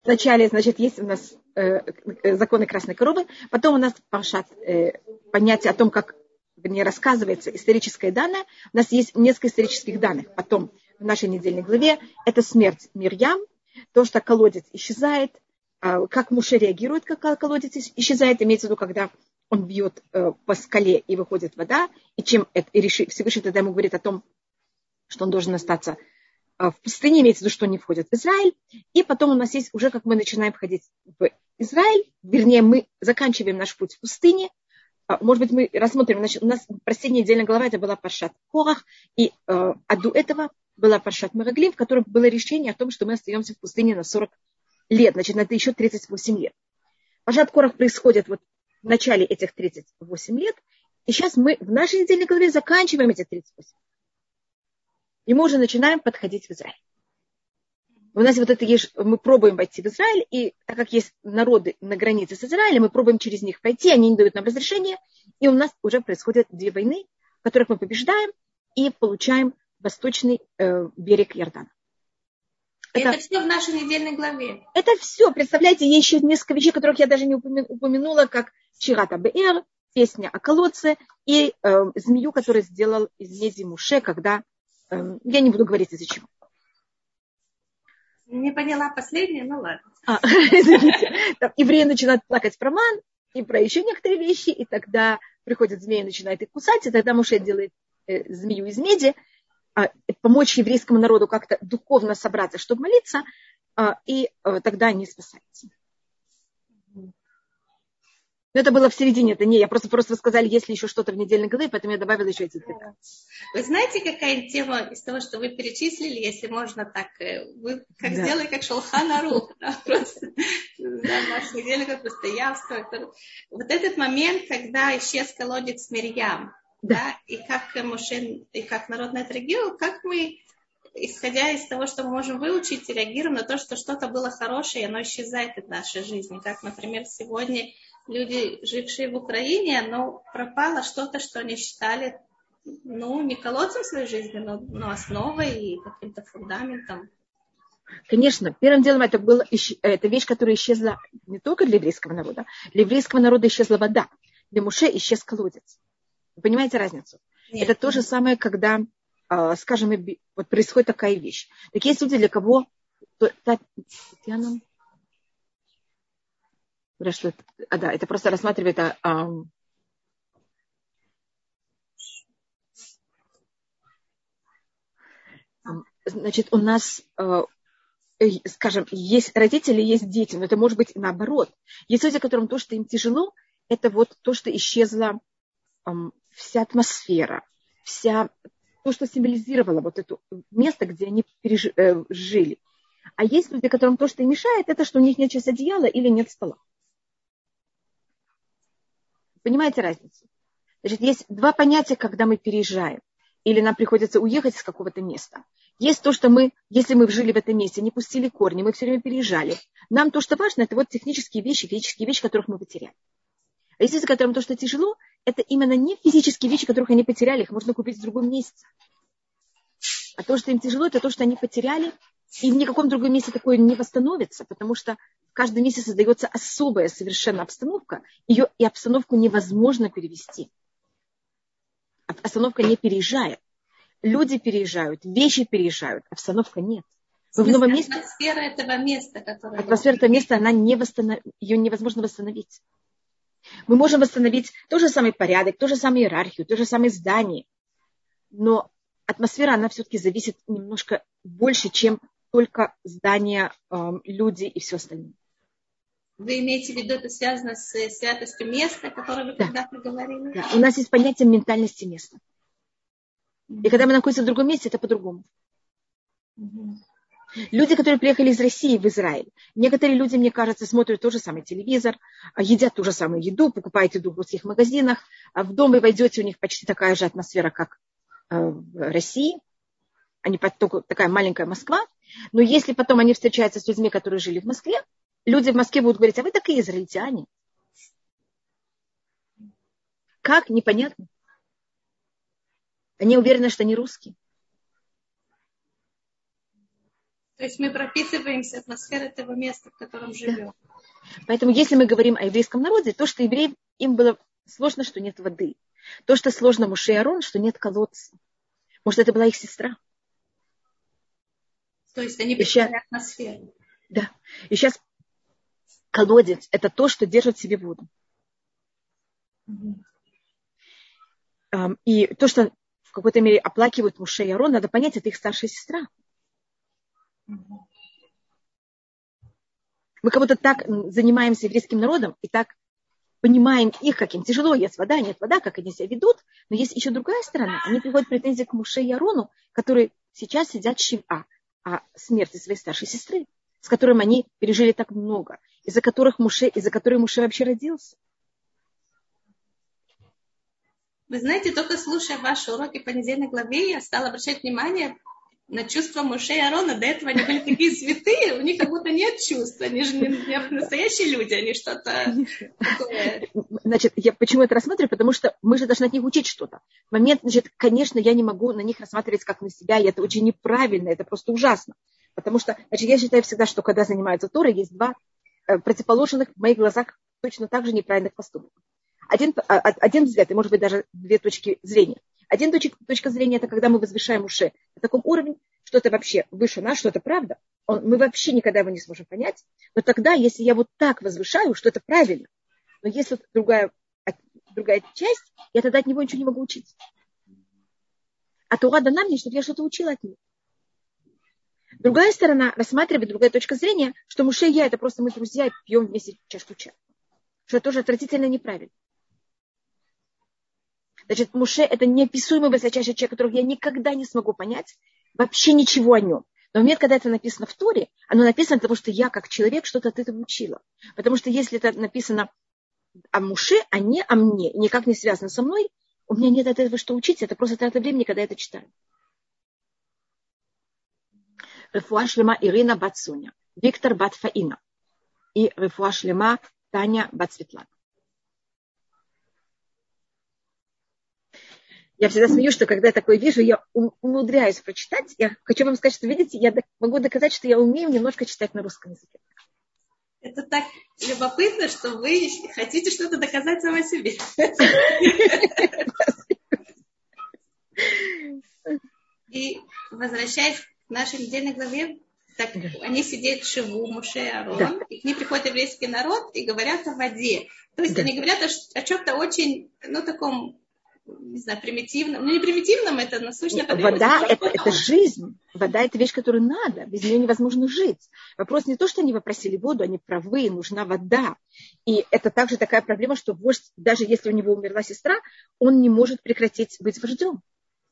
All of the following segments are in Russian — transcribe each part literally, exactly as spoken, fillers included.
Вначале, значит, есть у нас э, законы красной коровы, потом у нас паршат, э, понятие о том, как, вернее, рассказывается историческое данное. У нас есть несколько исторических данных. Потом в нашей недельной главе это смерть Мирьям, то, что колодец исчезает, э, как Муше реагирует, как колодец исчезает, имеется в виду, когда он бьет э, по скале и выходит вода, и чем это, и решит, Всевышний тогда ему говорит о том, что он должен остаться в пустыне, имеется в виду, что он не входит в Израиль. И потом у нас есть уже, как мы начинаем входить в Израиль, вернее, мы заканчиваем наш путь в пустыне. Может быть, мы рассмотрим, значит, у нас последняя недельная глава, это была паршат Корах, и э, а до этого была паршат Мераглим, в которой было решение о том, что мы остаемся в пустыне на сорок лет, значит, на это еще тридцать восемь лет. Паршат Корах происходит вот в начале этих тридцати восьми лет, и сейчас мы в нашей недельной главе заканчиваем эти тридцать восемь. И мы уже начинаем подходить в Израиль. У нас вот это есть, мы пробуем войти в Израиль, и так как есть народы на границе с Израилем, мы пробуем через них пройти, они не дают нам разрешения, и у нас уже происходят две войны, в которых мы побеждаем и получаем восточный э, берег Иордана. Это, это все в нашей недельной главе. Это все, представляете, есть еще несколько вещей, которых я даже не упомянула, как Шират а-Беэр, песня о колодце, и э, змею, которую сделал из меди Муше, когда я не буду говорить из-за чего. Не поняла последнее, ну ладно. А, извините. Там евреи начинают плакать про ман и про еще некоторые вещи, и тогда приходит змея и начинает их кусать, и тогда Моше делает э, змею из меди, э, помочь еврейскому народу как-то духовно собраться, чтобы молиться, э, и э, тогда они спасаются. Но это было в середине, это не я. Просто, просто сказали, если еще что-то в недельной главе, поэтому я добавила еще эти цифры. Вы знаете, какая тема из того, что вы перечислили, если можно так, вы как да. сделали, как Шулхан Арух, да, просто, да, наша недельная просто явство. Вот этот момент, когда исчез колодец Мирьям, да. да, и как Моше, и как народ на это реагировал, как мы, исходя из того, что мы можем выучить, реагируем на то, что что-то было хорошее, и оно исчезает из нашей жизни. Как, например, сегодня люди, жившие в Украине, но пропало что-то, что они считали, ну, не колодцем своей жизни, но, но основой и каким-то фундаментом. Конечно, первым делом это была это вещь, которая исчезла не только для еврейского народа. Для еврейского народа исчезла вода. Для Моше исчез колодец. Вы понимаете разницу? Нет, это то же самое, когда, скажем, вот происходит такая вещь. Так есть люди, для кого... Татьяна... Что, а, да, это просто рассматривает... А, а, значит, у нас, а, скажем, есть родители, есть дети, но это может быть наоборот. Есть люди, которым то, что им тяжело, это вот то, что исчезла а, вся атмосфера, вся то, что символизировало вот это место, где они переж, э, жили. А есть люди, которым то, что им мешает, это что у них нет сейчас одеяла или нет стола. Понимаете разницу? Значит, есть два понятия, когда мы переезжаем. Или нам приходится уехать с какого-то места. Есть то, что мы, если мы жили в этом месте, не пустили корни, мы все время переезжали. Нам то, что важно, это вот технические вещи, физические вещи, которых мы потеряли. А есть люди, которым то, что тяжело, это именно не физические вещи, которых они потеряли, их можно купить в другом месте. А то, что им тяжело, это то, что они потеряли, и в никаком другом месте такое не восстановится, потому что в каждом месте создается особая совершенно обстановка, ее и обстановку невозможно перевести. Обстановка не переезжает. Люди переезжают, вещи переезжают, обстановка нет. В, в новом месте... Атмосфера этого места, которое... Атмосфера этого места, она не восстанов... ее невозможно восстановить. Мы можем восстановить тот же самый порядок, ту же самую иерархию, то же самое здание, но атмосфера, она все-таки зависит немножко больше, чем только здания, люди и все остальное. Вы имеете в виду, это связано с святостью места, о котором вы да. когда-то говорили? Да. У нас есть понятие ментальности места. Mm-hmm. И когда мы находимся в другом месте, это по-другому. Mm-hmm. Люди, которые приехали из России в Израиль, некоторые люди, мне кажется, смотрят тот же самый телевизор, едят ту же самую еду, покупают еду в русских магазинах, а в дом вы войдете, у них почти такая же атмосфера, как в России. Они только такая маленькая Москва. Но если потом они встречаются с людьми, которые жили в Москве, люди в Москве будут говорить, а вы такие израильтяне. Как? Непонятно. Они уверены, что они русские. То есть мы пропитываемся атмосферой этого места, в котором живем. Да. Поэтому если мы говорим о еврейском народе, то, что евреям им было сложно, что нет воды. То, что сложно Моше и Аарон, что нет колодца. Может, это была их сестра. То есть они питали атмосферу. Да. И сейчас колодец – это то, что держит в себе воду. Mm-hmm. И то, что в какой-то мере оплакивают Моше и Аарон, надо понять, это их старшая сестра. Mm-hmm. Мы как будто так занимаемся еврейским народом и так понимаем их, как им тяжело, есть вода, нет вода, как они себя ведут. Но есть еще другая сторона. Они приходят претензии к Моше и Аарону, которые сейчас сидят в Шив'a, о смерти своей старшей сестры, с которым они пережили так много, из-за которых Моше, из-за которой Моше вообще родился. Вы знаете, только слушая ваши уроки по недельной главе, я стала обращать внимание на чувства Моше и Аарона. До этого они были такие святые, у них как будто нет чувств. Они же не, не настоящие люди, они что-то такое. Значит, я почему это рассматриваю? Потому что мы же должны от них учить что-то. В момент, значит, конечно, я не могу на них рассматривать как на себя, и это очень неправильно, это просто ужасно. Потому что, значит, я считаю всегда, что когда занимаются Торой, есть два э, противоположных в моих глазах точно так же неправильных поступков. Один, один взгляд, и может быть даже две точки зрения. Один точка, точка зрения, это когда мы возвышаем Моше на таком уровне, что это вообще выше нас, что это правда. Он, мы вообще никогда его не сможем понять. Но тогда, если я вот так возвышаю, что это правильно, но если другая, другая часть, я тогда от него ничего не могу учить. А Тора дана мне, чтобы я что-то учила от него. Другая сторона рассматривает, другая точка зрения, что Моше и я, это просто мы друзья, и пьем вместе чашку чая. Что это тоже отвратительно и неправильно. Значит, Моше – это неописуемый высочайший человек, которого я никогда не смогу понять, вообще ничего о нем. Но в момент, когда это написано в Торе, оно написано, потому что я, как человек, что-то от этого учила. Потому что если это написано о Моше, а не о мне, и никак не связано со мной, у меня нет от этого что учить, это просто трата времени, когда я это читаю. Рефуа шлема Ирина бат Соня, Виктор бат Фаина и рефуа шлема Таня бат Светлана. Я всегда смеюсь, что когда я такое вижу, я умудряюсь прочитать. Я хочу вам сказать, что, видите, я могу доказать, что я умею немножко читать на русском языке. Это так любопытно, что вы хотите что-то доказать сама себе. И возвращаясь к нашей недельной главе, так они сидят в Шиву, Моше и Аарон, да. И к ним приходит еврейский народ и говорят о воде. То есть да. Они говорят о, о чем-то очень, ну, таком, не знаю, примитивном. Ну, не примитивном, это насущная потребность. Вода это, это жизнь. Вода – это вещь, которую надо. Без нее невозможно жить. Вопрос не то, что они попросили воду, они правы, нужна вода. И это также такая проблема, что вождь, даже если у него умерла сестра, он не может прекратить быть вождем.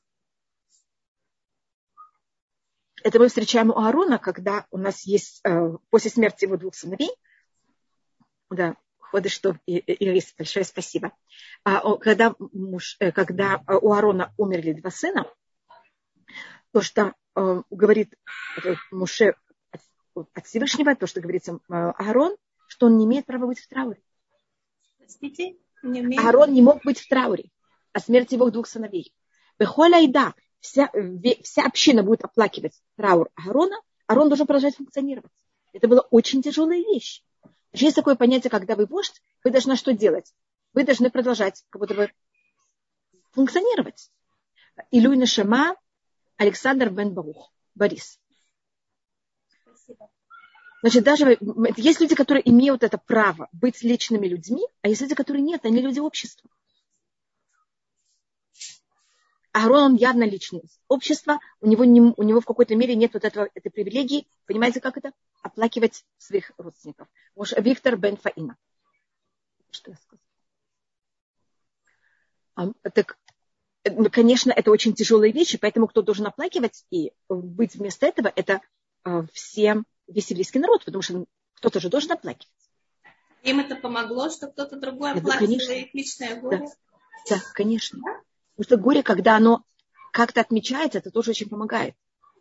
Это мы встречаем у Аарона, когда у нас есть, э, после смерти его двух сыновей, да, ходы, что, Ирис, большое спасибо, а, когда, муж, э, когда у Аарона умерли два сына, то, что э, говорит Моше от, от Всевышнего, то, что говорит э, Аарон, что он не имеет права быть в трауре. Простите? Не имеет... Аарон не мог быть в трауре о смерти его двух сыновей. Бехоля и да. Вся, вся община будет оплакивать траур Аарона, Аарон должен продолжать функционировать. Это была очень тяжелая вещь. Есть такое понятие, когда вы вождь, вы должны что делать? Вы должны продолжать как будто бы функционировать. Илюй Нешама, Александр бен Барух, Борис. Спасибо. Значит, даже есть люди, которые имеют это право быть личными людьми, а есть люди, которые нет, они люди общества. Аарон, он явно личность общества, у него, не, у него в какой-то мере нет вот этого, этой привилегии, понимаете, как это? Оплакивать своих родственников. Может, Виктор бен Фаина. Что я сказала? А, так, конечно, это очень тяжелые вещи, поэтому кто должен оплакивать и быть вместо этого, это а, все, весь еврейский народ, потому что кто-то же должен оплакивать. Им это помогло, что кто-то другой оплакивал их личное горе? Да, да, конечно. Да? Потому что горе, когда оно как-то отмечается, это тоже очень помогает.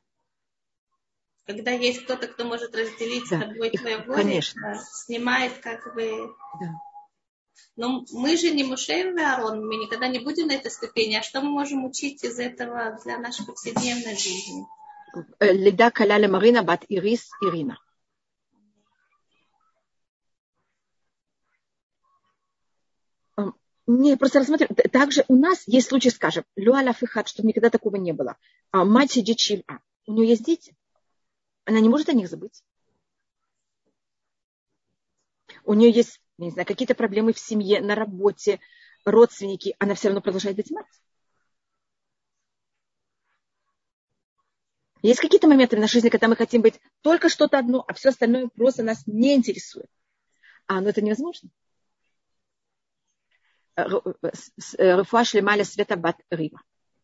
Когда есть кто-то, кто может разделить да. с тобой Их, твое горе, конечно. снимает как бы... Да. Но мы же не Моше и Аарон, мы никогда не будем на этой ступени. А что мы можем учить из этого для нашей повседневной жизни? Лида Каляля Марина бат Ирис Ирина. Не, просто рассмотрим. Также у нас есть случай, скажем, Люаля Фихат, чтобы никогда такого не было. А мать сидит Шива. У нее есть дети. Она не может о них забыть. У нее есть, не знаю, какие-то проблемы в семье, на работе, родственники. Она все равно продолжает быть мать. Есть какие-то моменты в нашей жизни, когда мы хотим быть только что-то одно, а все остальное просто нас не интересует. А, ну это невозможно. Рефуа шлема лесвета бат Рива.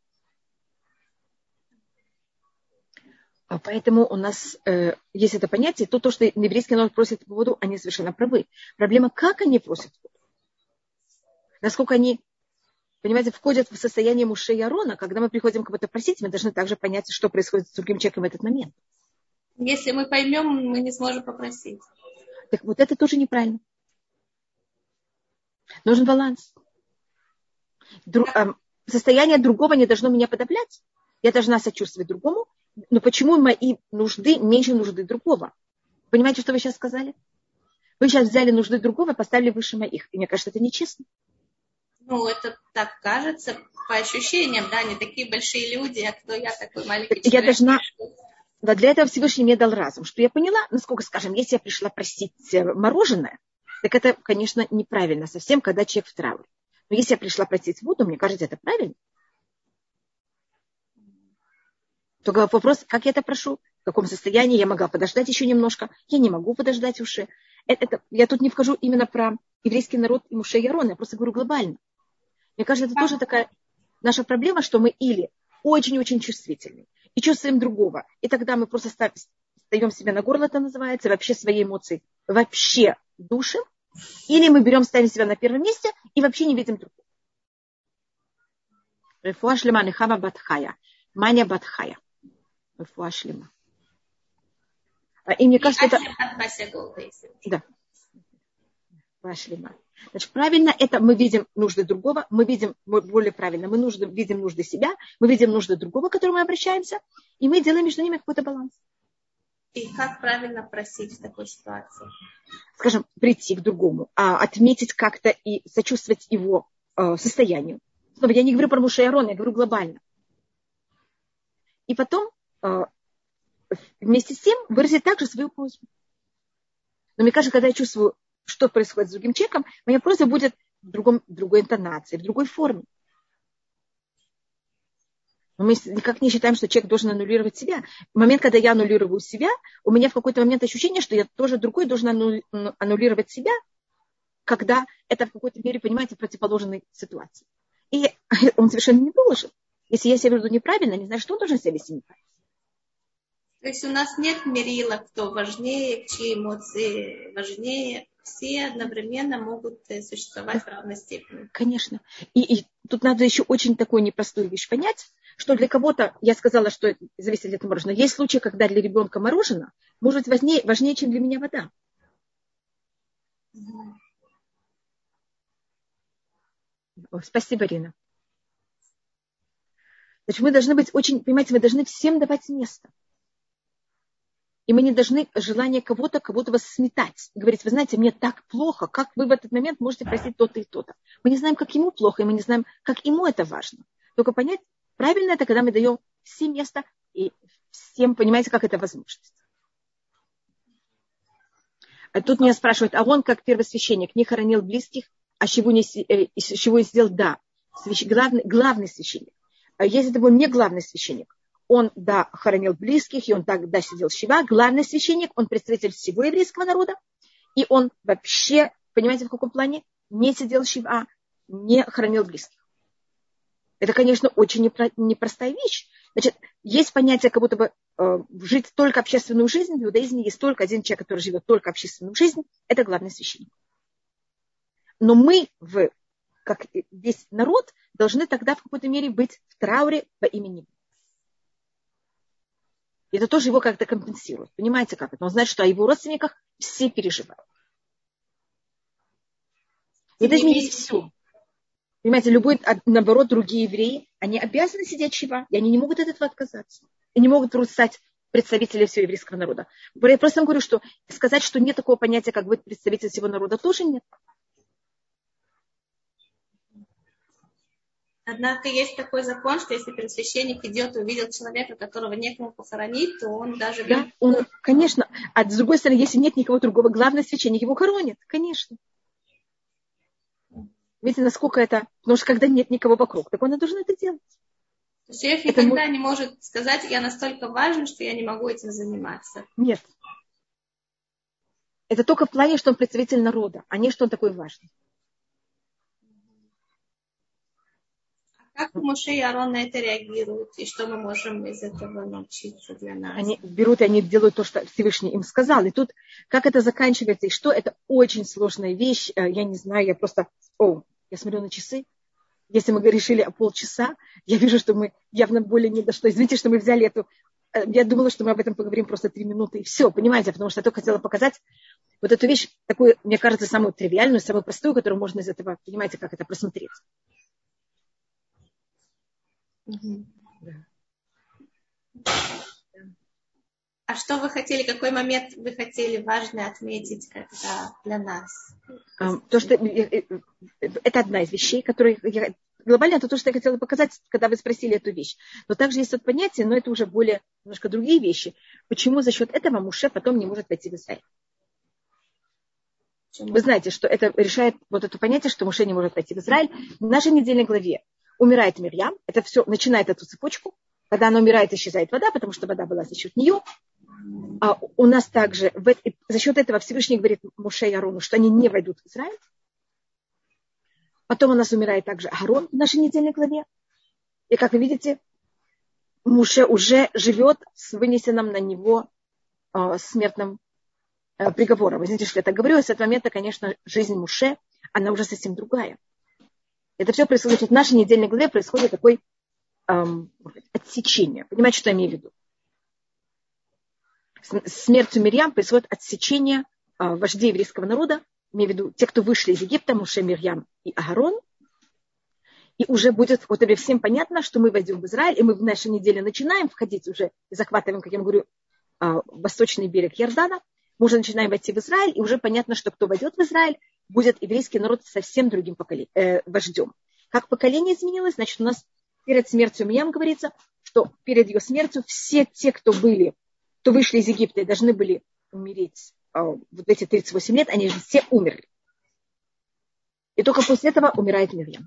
Поэтому у нас э, есть это понятие, то, то, что еврейский народ просит воду, они совершенно правы. Проблема, как они просят воду. Насколько они, понимаете, входят в состояние Муше и Арона, когда мы приходим кого-то просить, мы должны также понять, что происходит с другим человеком в этот момент. Если мы поймем, мы не сможем попросить. Так вот это тоже неправильно. Нужен баланс. Дру, э, состояние другого не должно меня подавлять. Я должна сочувствовать другому. Но почему мои нужды меньше нужды другого? Понимаете, что вы сейчас сказали? Вы сейчас взяли нужды другого и поставили выше моих. И мне кажется, это нечестно. Ну, это так кажется, по ощущениям, да, они такие большие люди, а кто я такой маленький человек? Я должна... Что... Да, для этого Всевышний мне дал разум, что я поняла, насколько, скажем, если я пришла просить мороженое, так это, конечно, неправильно совсем, когда человек в трауре. Но если я пришла просить воду, мне кажется, это правильно. Только вопрос, как я это прошу, в каком состоянии, я могла подождать еще немножко, я не могу подождать уже. Это, это, я тут не вхожу именно про еврейский народ и Муше и Арона, я просто говорю глобально. Мне кажется, это тоже такая наша проблема, что мы или очень-очень чувствительны и чувствуем другого, и тогда мы просто ставим себя на горло, это называется, вообще свои эмоции вообще душим, или мы берем, ставим себя на первом месте и вообще не видим другого. Рефуа шлема нехама батхая, маня батхая. Рефуа шлема. И мне кажется, это... Да. Значит, правильно это мы видим нужды другого, мы видим, более правильно, мы нужды, видим нужды себя, мы видим нужды другого, к которому мы обращаемся, и мы делаем между ними какой-то баланс. И как правильно просить в такой ситуации? Скажем, прийти к другому, а, отметить как-то и сочувствовать его э, состоянию. Снова, я не говорю про Муше и Арона, я говорю глобально. И потом э, вместе с тем выразить также свою просьбу. Но мне кажется, когда я чувствую, что происходит с другим человеком, моя просьба будет в, другом, в другой интонации, в другой форме. Но мы никак не считаем, что человек должен аннулировать себя. В момент, когда я аннулирую себя, у меня в какой-то момент ощущение, что я тоже другой должен аннулировать себя, когда это в какой-то мере, понимаете, в противоположной ситуации. И он совершенно не должен. Если я себя веду неправильно, не знаю, что он должен себя вести неправильно. То есть у нас нет мерила, кто важнее, чьи эмоции важнее. Все одновременно могут существовать в равной степени. Конечно. И, и тут надо еще очень такую непростую вещь понять, что для кого-то, я сказала, что это зависит от мороженого. Есть случаи, когда для ребенка мороженое может быть важнее, важнее, чем для меня вода. Mm-hmm. О, спасибо, Рина. Значит, мы должны быть очень, понимаете, мы должны всем давать место. И мы не должны желание кого-то, кого-то вас сметать. И говорить, вы знаете, мне так плохо, как вы в этот момент можете просить то-то и то-то. Мы не знаем, как ему плохо, и мы не знаем, как ему это важно. Только понять, правильно это, когда мы даем всем место, и всем, понимаете, как это возможность. А тут меня спрашивают, а он, как первосвященник, не хоронил близких, а чего не, э, чего не сделал? Да, свящ... главный, главный священник. А если это был не главный священник, он, да, хоронил близких, и он тогда сидел шива. Главный священник, он представитель всего еврейского народа, и он вообще, понимаете, в каком плане, не сидел шива, не хоронил близких. Это, конечно, очень непростая вещь. Значит, есть понятие, как будто бы э, жить только общественную жизнь. В иудаизме есть только один человек, который живет только общественную жизнь. Это главный священник. Но мы, в, как весь народ, должны тогда в какой-то мере быть в трауре во имя него. И это тоже его как-то компенсирует. Понимаете, как это? Он знает, что о его родственниках все переживают. И это не есть все. Понимаете, любой, наоборот, другие евреи, они обязаны сидеть шива, и они не могут от этого отказаться. и не могут вдруг стать представителями всего еврейского народа. Я просто вам говорю, что сказать, что нет такого понятия, как быть представителем всего народа, тоже нет. Однако есть такой закон, что если первосвященник идет и увидел человека, которого некому похоронить, то он даже... Да, он, конечно. А с другой стороны, если нет никого другого, главный священник его хоронит, конечно. Видите, насколько это... Потому что когда нет никого вокруг, так он и должен это делать. То есть человек это никогда мы... не может сказать, я настолько важен, что я не могу этим заниматься. Нет. Это только в плане, что он представитель народа, а не что он такой важный. Как Моше и Аарон на это реагируют? И что мы можем из этого научиться для нас? Они берут и они делают то, что Всевышний им сказал. И тут, как это заканчивается, и что, это очень сложная вещь. Я не знаю, я просто... О, я смотрю на часы. Если мы решили о полчаса, я вижу, что мы явно более не дошло. Извините, что мы взяли эту... Я думала, что мы об этом поговорим просто три минуты, и все, понимаете? Потому что я только хотела показать вот эту вещь, такую, мне кажется, самую тривиальную, самую простую, которую можно из этого, понимаете, как это просмотреть. Угу. Да. А что вы хотели, какой момент вы хотели важный отметить когда для нас? То, что это одна из вещей, которые я, глобально это то, что я хотела показать, когда вы спросили эту вещь. Но также есть это понятие, но это уже более немножко другие вещи. Почему за счет этого Моше потом не может войти в Израиль? Почему? Вы знаете, что это решает вот это понятие, что Моше не может войти в Израиль. В нашей недельной главе умирает Мирьям, это все начинает эту цепочку. Когда она умирает, исчезает вода, потому что вода была за счет нее. А у нас также в, за счет этого Всевышний говорит Моше и Аарону, что они не войдут в Израиль. Потом у нас умирает также Аарон в нашей недельной главе. И как вы видите, Моше уже живет с вынесенным на него э, смертным э, приговором. Вы знаете, что я так говорю, и с этого момента, конечно, жизнь Моше, она уже совсем другая. Это все происходит, в нашей недельной главе происходит такое эм, отсечение. Понимаете, что я имею в виду? С смертью Мирьям происходит отсечение э, вождей еврейского народа, имею в виду те, кто вышли из Египта, Моше, Мирьям и Аарон. И уже будет вот это всем понятно, что мы войдем в Израиль, и мы в нашей неделе начинаем входить уже, и захватываем, как я говорю, э, восточный берег Иордана. Мы уже начинаем войти в Израиль, и уже понятно, что кто войдет в Израиль, будет еврейский народ совсем другим поколе... э, вождем. Как поколение изменилось, значит, у нас перед смертью Мирьям говорится, что перед ее смертью все те, кто были, кто вышли из Египта и должны были умереть э, вот эти тридцать восемь лет, они же все умерли. И только после этого умирает Мирьям.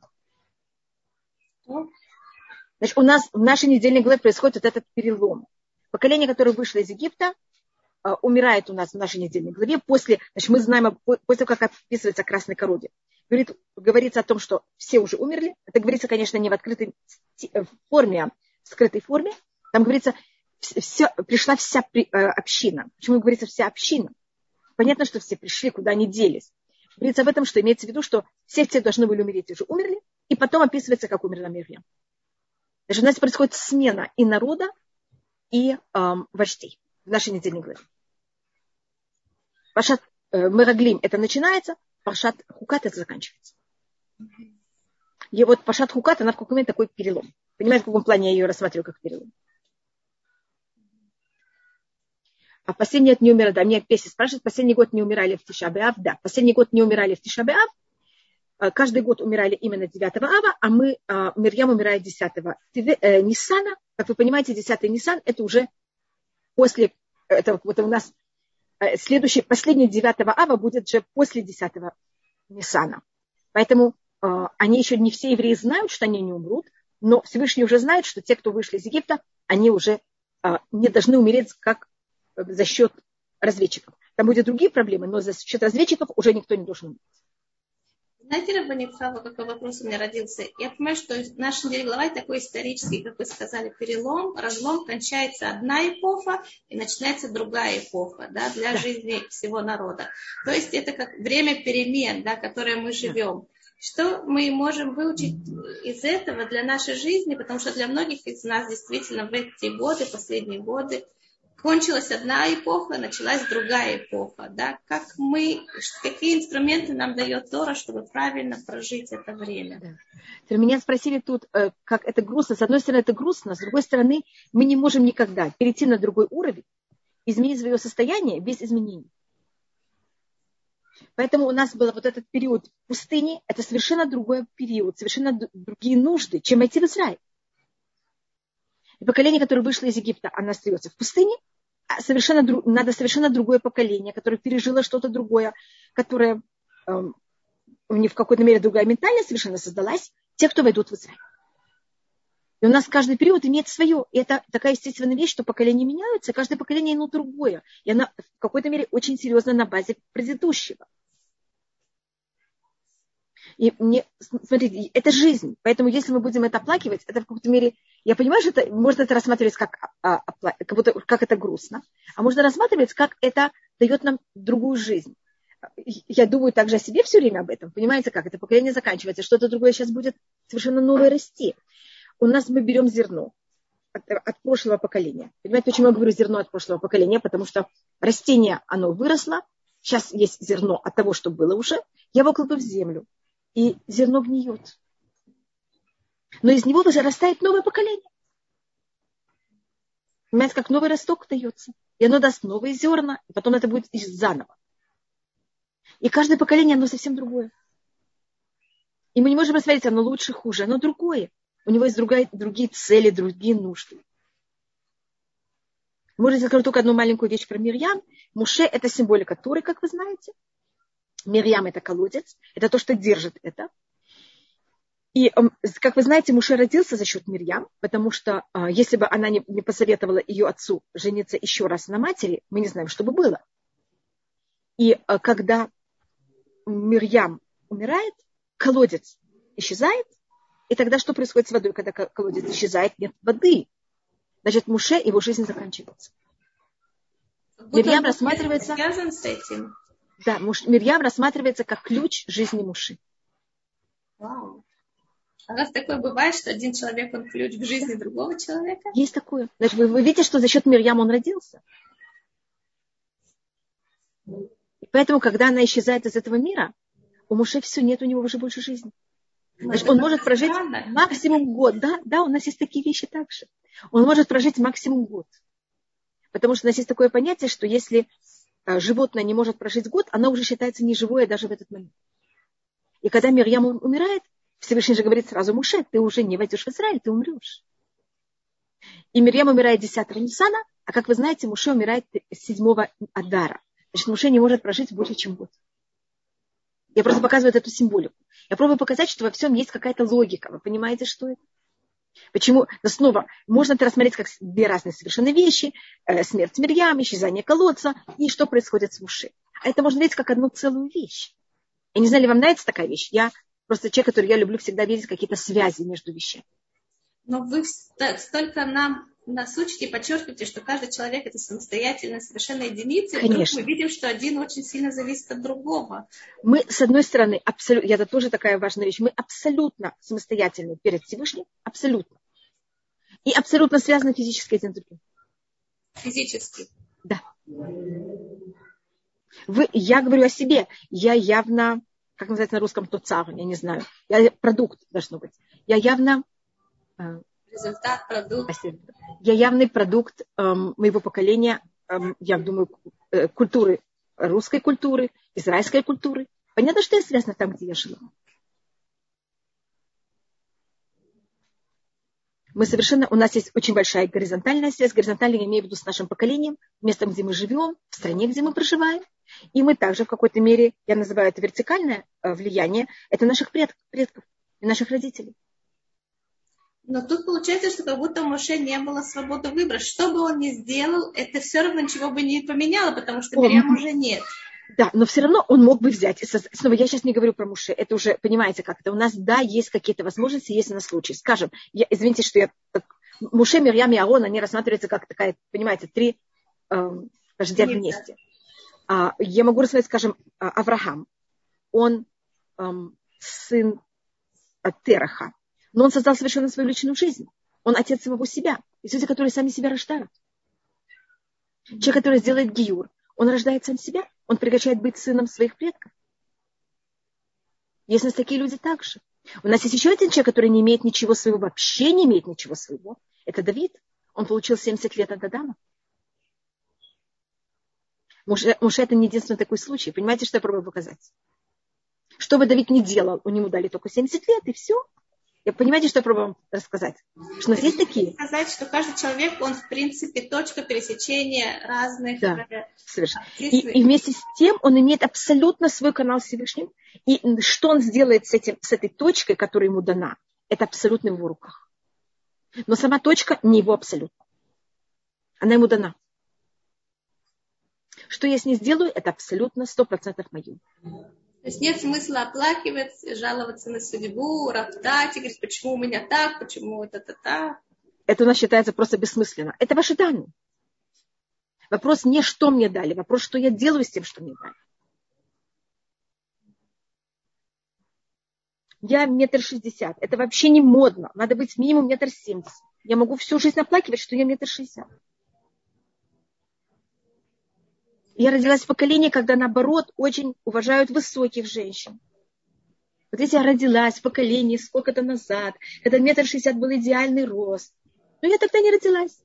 Значит, у нас в нашей недельной главе происходит вот этот перелом. Поколение, которое вышло из Египта, умирает у нас в нашей недельной главе. После, значит, мы знаем, после того, как описывается красной короде, говорит, говорится о том, что все уже умерли. Это говорится, конечно, не в открытой форме, а в скрытой форме. Там говорится, все, пришла вся община. Почему говорится вся община? Понятно, что все пришли, куда они делись. Говорится об этом, что имеется в виду, что все те должны были умереть, уже умерли, и потом описывается, как умерла Мирьям. Значит, у нас происходит смена и народа, и эм, вождей в нашей недельной главе. Паршат э, Мераглим это начинается, Паршат Хукат это заканчивается. И вот Паршат Хукат, она в каком-то момент такой перелом. Понимаете, в каком плане я ее рассматриваю как перелом? А в последний год не умирали, да, мне песня спрашивает, последний год не умирали в Тиша б'Ав, да, последний год не умирали в Тиша б'Ав, каждый год умирали именно девятого ава, а мы, Мирьям умирает десятого Ниссана. Как вы понимаете, десятый Ниссан это уже после, это вот у нас следующий, последний девятого ава будет же после десятого Ниссана. Поэтому они еще не все евреи знают, что они не умрут, но Всевышний уже знает, что те, кто вышли из Египта, они уже не должны умереть как за счет разведчиков. Там будут другие проблемы, но за счет разведчиков уже никто не должен умереть. Знаете, Рабанит Хава, какой вопрос у меня родился? Я понимаю, что наша неделя глава такой исторический, как вы сказали, перелом, разлом, кончается одна эпоха и начинается другая эпоха, да, для да. жизни всего народа. То есть это как время перемен, да, которое мы живем. Да. Что мы можем выучить из этого для нашей жизни, потому что для многих из нас действительно в эти годы, последние годы, кончилась одна эпоха, началась другая эпоха. Да? Как мы, какие инструменты нам дает Тора, чтобы правильно прожить это время. Да. Меня спросили тут, как это грустно. С одной стороны, это грустно, с другой стороны, мы не можем никогда перейти на другой уровень, изменить свое состояние без изменений. Поэтому у нас был вот этот период пустыни, это совершенно другой период, совершенно другие нужды, чем войти в Израиль. И поколение, которое вышло из Египта, оно остается в пустыне, а совершенно, надо совершенно другое поколение, которое пережило что-то другое, которое э, у них в какой-то мере другая ментальность совершенно создалась, те, кто войдут в Израиль. И у нас каждый период имеет свое. И это такая естественная вещь, что поколения меняются, и каждое поколение оно другое. И оно в какой-то мере очень серьезно на базе предыдущего. И мне, смотрите, это жизнь. Поэтому если мы будем это оплакивать, это в какой-то мере, я понимаю, что это, можно это рассматривать как, а, как, будто, как это грустно, а можно рассматривать, как это дает нам другую жизнь. Я думаю также о себе все время об этом. Понимаете, как это поколение заканчивается, что-то другое сейчас будет совершенно новое расти. У нас мы берем зерно от, от прошлого поколения. Понимаете, почему я говорю зерно от прошлого поколения? Потому что растение, оно выросло, сейчас есть зерно от того, что было уже, я его кладу в землю. И зерно гниет. Но из него вырастает новое поколение. Понимаете, как новый росток дается. И оно даст новые зерна, и потом это будет заново. И каждое поколение, оно совсем другое. И мы не можем рассмотреть, оно лучше, хуже, оно другое. У него есть другая, другие цели, другие нужды. Можно сказать только одну маленькую вещь про Мирьям. Муше – это символика Торы, как вы знаете. Мирьям – это колодец, это то, что держит это. И, как вы знаете, Муше родился за счет Мирьям, потому что если бы она не, не посоветовала ее отцу жениться еще раз на матери, мы не знаем, что бы было. И когда Мирьям умирает, колодец исчезает, и тогда что происходит с водой, когда колодец исчезает, нет воды. Значит, Муше, его жизнь заканчивается. Мирьям рассматривается... связан с этим. Да, Мирьям рассматривается как ключ жизни Муши. Вау. А раз такое бывает, что один человек, он ключ в жизни другого человека? Есть такое. Значит, вы, вы видите, что за счет Мирьям он родился. И поэтому, когда она исчезает из этого мира, у Муши все, нет у него уже больше жизни. Значит, он может прожить странно. максимум год. Да, да, у нас есть такие вещи также. Он может прожить максимум год. Потому что у нас есть такое понятие, что если животное не может прожить год, оно уже считается неживое даже в этот момент. И когда Мирьям умирает, Всевышний же говорит сразу: Муше, ты уже не войдешь в Израиль, ты умрешь. И Мирьям умирает десятого Ниссана, а как вы знаете, Муше умирает седьмого Адара. Значит, Муше не может прожить больше, чем год. Я просто показываю эту символику. Я пробую показать, что во всем есть какая-то логика. Вы понимаете, что это? Почему? Но снова, можно это рассмотреть как две разные совершенно вещи. Э, смерть Мирьям, исчезание колодца и что происходит с Муше. А это можно видеть как одну целую вещь. Я не знаю, ли вам нравится такая вещь. Я просто человек, который я люблю всегда видеть какие-то связи между вещами. Но вы столько нам нас учите и подчеркиваете, что каждый человек это самостоятельная совершенно единица. И вдруг мы видим, что один очень сильно зависит от другого. Мы, с одной стороны, абсолютно, это тоже такая важная вещь, мы абсолютно самостоятельны перед Всевышним, абсолютно. И абсолютно связаны физически один с другим. Физически? Да. Вы, я говорю о себе. Я явно, как называется на русском, тоцар, я не знаю. Я, продукт должно быть. Я явно... Результат, продукт. Я явный продукт эм, моего поколения, эм, я думаю, э, культуры, русской культуры, израильской культуры. Понятно, что я связана там, где я жила. Мы совершенно, у нас есть очень большая горизонтальная связь. Горизонтальная, я имею в виду с нашим поколением, местом, где мы живем, в стране, где мы проживаем. И мы также в какой-то мере, я называю это вертикальное влияние, это наших предков, предков и наших родителей. Но тут получается, что как будто у Моше не было свободы выбора. Что бы он ни сделал, это все равно ничего бы не поменяло, потому что Мирьям уже нет. Да, но все равно он мог бы взять. Снова, я сейчас не говорю про Моше. Это уже, понимаете, как это. У нас, да, есть какие-то возможности, есть на случай. Скажем, я, извините, что я... Моше, Мирьям и Аарон, они рассматриваются как такая, понимаете, три э, вождя вместе. А, я могу рассказать, скажем, Авраам. Он э, сын Тераха. Но он создал совершенно свою личную жизнь. Он отец самого себя. Есть люди, которые сами себя рождают. Человек, который сделает гиюр, он рождает сам себя, он прекращает быть сыном своих предков. Есть у нас такие люди также. У нас есть еще один человек, который не имеет ничего своего, вообще не имеет ничего своего. Это Давид. Он получил семьдесят лет от Адама. Муше, Муше это не единственный такой случай. Понимаете, что я пробую показать? Что бы Давид ни делал, у него дали только семьдесят лет, и все. Я понимаете, что я пробую вам рассказать? Что у нас есть такие? Сказать, что каждый человек, он в принципе точка пересечения разных. Да, совершенно. И, и вместе с тем он имеет абсолютно свой канал Всевышним. И что он сделает с, этим, с этой точкой, которая ему дана, это абсолютно в его руках. Но сама точка не его абсолютно. Она ему дана. Что я с ней сделаю, это абсолютно сто процентов мое. То есть нет смысла оплакивать, жаловаться на судьбу, роптать и говорить, почему у меня так, почему это-то-то. Это у нас считается просто бессмысленно. Это ваши данные. Вопрос не, что мне дали, вопрос, что я делаю с тем, что мне дали. Я метр шестьдесят. Это вообще не модно. Надо быть минимум метр семьдесят. Я могу всю жизнь оплакивать, что я метр шестьдесят. Я родилась в поколении, когда, наоборот, очень уважают высоких женщин. Вот если я родилась в поколении сколько-то назад, когда метр шестьдесят был идеальный рост, но я тогда не родилась.